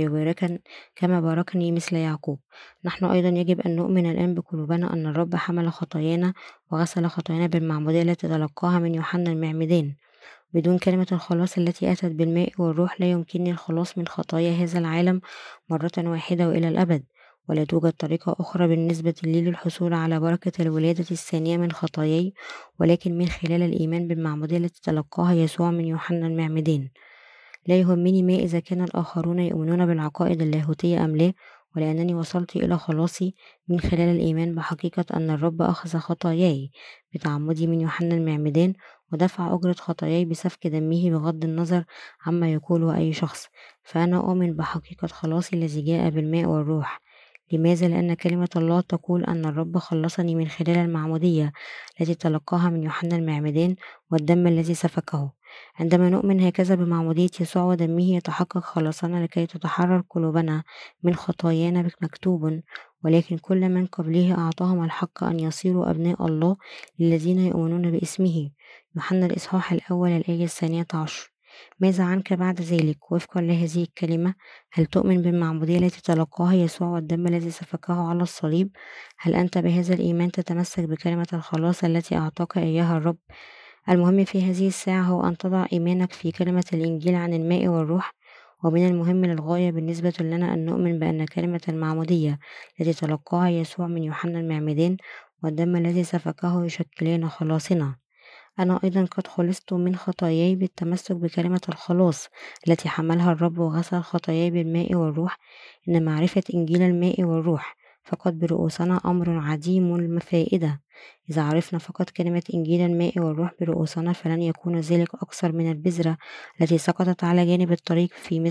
كما باركني مثل يعقوب. نحن أيضا يجب أن نؤمن الآن بقلوبنا أن الرب حمل خطايانا وغسل خطايانا بالمعمودية التي تلقاها من يوحنا المعمدان. بدون كلمة الخلاص التي أتت بالماء والروح لا يمكنني الخلاص من خطايا هذا العالم مرة واحدة وإلى الأبد. ولا توجد طريقة أخرى بالنسبة لي للحصول على بركة الولادة الثانية من خطاياي، ولكن من خلال الإيمان بالمعمودية التي تلقاها يسوع من يوحنا المعمدان. لا يهمني ما إذا كان الآخرون يؤمنون بالعقائد اللاهوتية أم لا، ولأنني وصلت إلى خلاصي من خلال الإيمان بحقيقة أن الرب أخذ خطاياي بتعمدي من يوحنا المعمدان، ودفع أجرة خطاياي بسفك دمه بغض النظر عما يقوله أي شخص. فأنا أؤمن بحقيقة خلاصي الذي جاء بالماء والروح. لماذا؟ لأن كلمة الله تقول أن الرب خلصني من خلال المعمودية التي تلقاها من يوحنا المعمدان والدم الذي سفكه. عندما نؤمن هكذا بمعمودية يسوع ودمه يتحقق خلاصنا لكي تتحرر قلوبنا من خطايانا. مكتوب: ولكن كل من قبله أعطاهم الحق أن يصيروا أبناء الله للذين يؤمنون باسمه. يوحنا الإصحاح الأول الآية 12. ماذا عنك بعد ذلك؟ وفقا لهذه الكلمة، هل تؤمن بالمعمودية التي تلقاها يسوع والدم الذي سفكه على الصليب؟ هل أنت بهذا الإيمان تتمسك بكلمة الخلاص التي أعطاك إياها الرب؟ المهم في هذه الساعة هو أن تضع إيمانك في كلمة الإنجيل عن الماء والروح. ومن المهم للغاية بالنسبة لنا أن نؤمن بأن كلمة المعمودية التي تلقاها يسوع من يوحنا المعمدان والدم الذي سفكه يشكلان خلاصنا. أنا أيضا قد خلصت من خطاياي بالتمسك بكلمة الخلاص التي حملها الرب وغسل خطاياي بالماء والروح. إن معرفة إنجيل الماء والروح فقط برؤوسنا أمر عديم الفائدة. إذا عرفنا فقط كلمة إنجيل الماء والروح برؤوسنا فلن يكون ذلك أكثر من البذرة التي سقطت على جانب الطريق في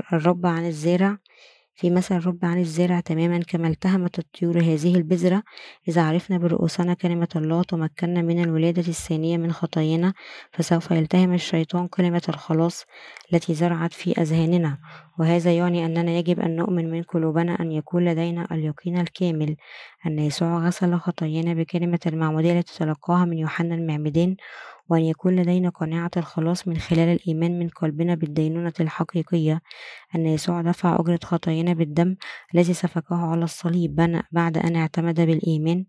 مثل الرب عن الزارع تماما كما التهمت الطيور هذه البذرة. إذا عرفنا برؤوسنا كلمة الله تمكنا من الولادة الثانية من خطايانا، فسوف يلتهم الشيطان كلمة الخلاص التي زرعت في أذهاننا. وهذا يعني أننا يجب أن نؤمن من قلوبنا أن يكون لدينا اليقين الكامل أن يسوع غسل خطايانا بكلمة المعمودية التي تلقاها من يوحنا المعمدان، وأن يكون لدينا قناعة الخلاص من خلال الإيمان من قلبنا بالدينونة الحقيقية أن يسوع دفع أجرة خطايانا بالدم الذي سفكه على الصليب. بعد أن اعتمد بالإيمان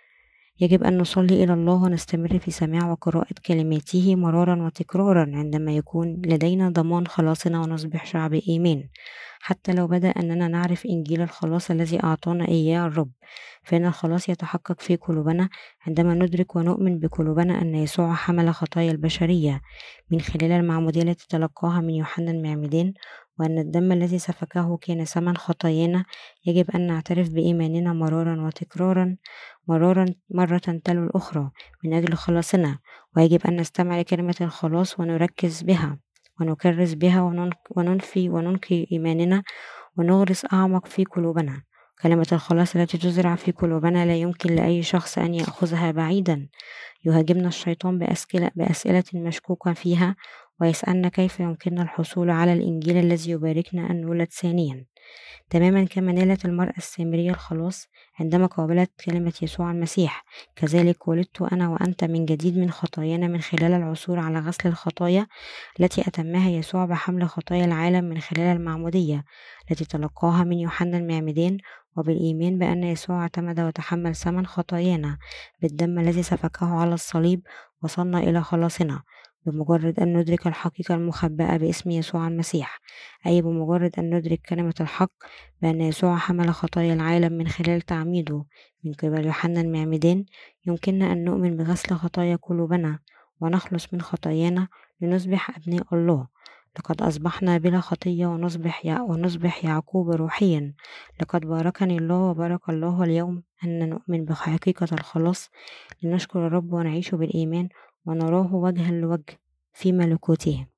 يجب أن نصلي إلى الله ونستمر في سماع وقراءة كلماته مرارا وتكرارا عندما يكون لدينا ضمان خلاصنا ونصبح شعب إيمان. حتى لو بدأ أننا نعرف إنجيل الخلاص الذي أعطانا إياه الرب، فإن الخلاص يتحقق في قلوبنا عندما ندرك ونؤمن بقلوبنا أن يسوع حمل خطايا البشرية من خلال المعمودية التي تلقاها من يوحنا المعمدان، وأن الدم الذي سفكه كان ثمن خطايانا. يجب أن نعترف بإيماننا مرارا وتكرارا مرة تلو الأخرى من أجل خلاصنا، ويجب أن نستمع لكلمة الخلاص ونركز بها ونكرس بها وننقي إيماننا ونغرس أعمق في قلوبنا. كلمة الخلاص التي تزرع في قلوبنا لا يمكن لأي شخص أن يأخذها بعيدا. يهاجمنا الشيطان بأسئلة مشكوكة فيها، ويسألنا كيف يمكننا الحصول على الإنجيل الذي يباركنا أن نولد ثانيا، تماما كما نالت المرأة السامرية الخلاص عندما قابلت كلمة يسوع المسيح. كذلك ولدت أنا وأنت من جديد من خطايانا من خلال العثور على غسل الخطايا التي أتمها يسوع بحمل خطايا العالم من خلال المعمودية التي تلقاها من يوحنا المعمدان، وبالإيمان بأن يسوع اعتمد وتحمل ثمن خطايانا بالدم الذي سفكه على الصليب وصلنا إلى خلاصنا. بمجرد أن ندرك الحقيقة المخبأة باسم يسوع المسيح، أي بمجرد أن ندرك كلمة الحق بأن يسوع حمل خطايا العالم من خلال تعميده من قبل يوحنا المعمدان، يمكننا أن نؤمن بغسل خطايا قلوبنا ونخلص من خطايانا لنصبح أبناء الله. لقد أصبحنا بلا خطية ونصبح يعقوب روحيا. لقد باركني الله وبارك الله اليوم أن نؤمن بحقيقة الخلاص لنشكر الرب ونعيش بالإيمان ونراه وجها لوجه في ملكوته.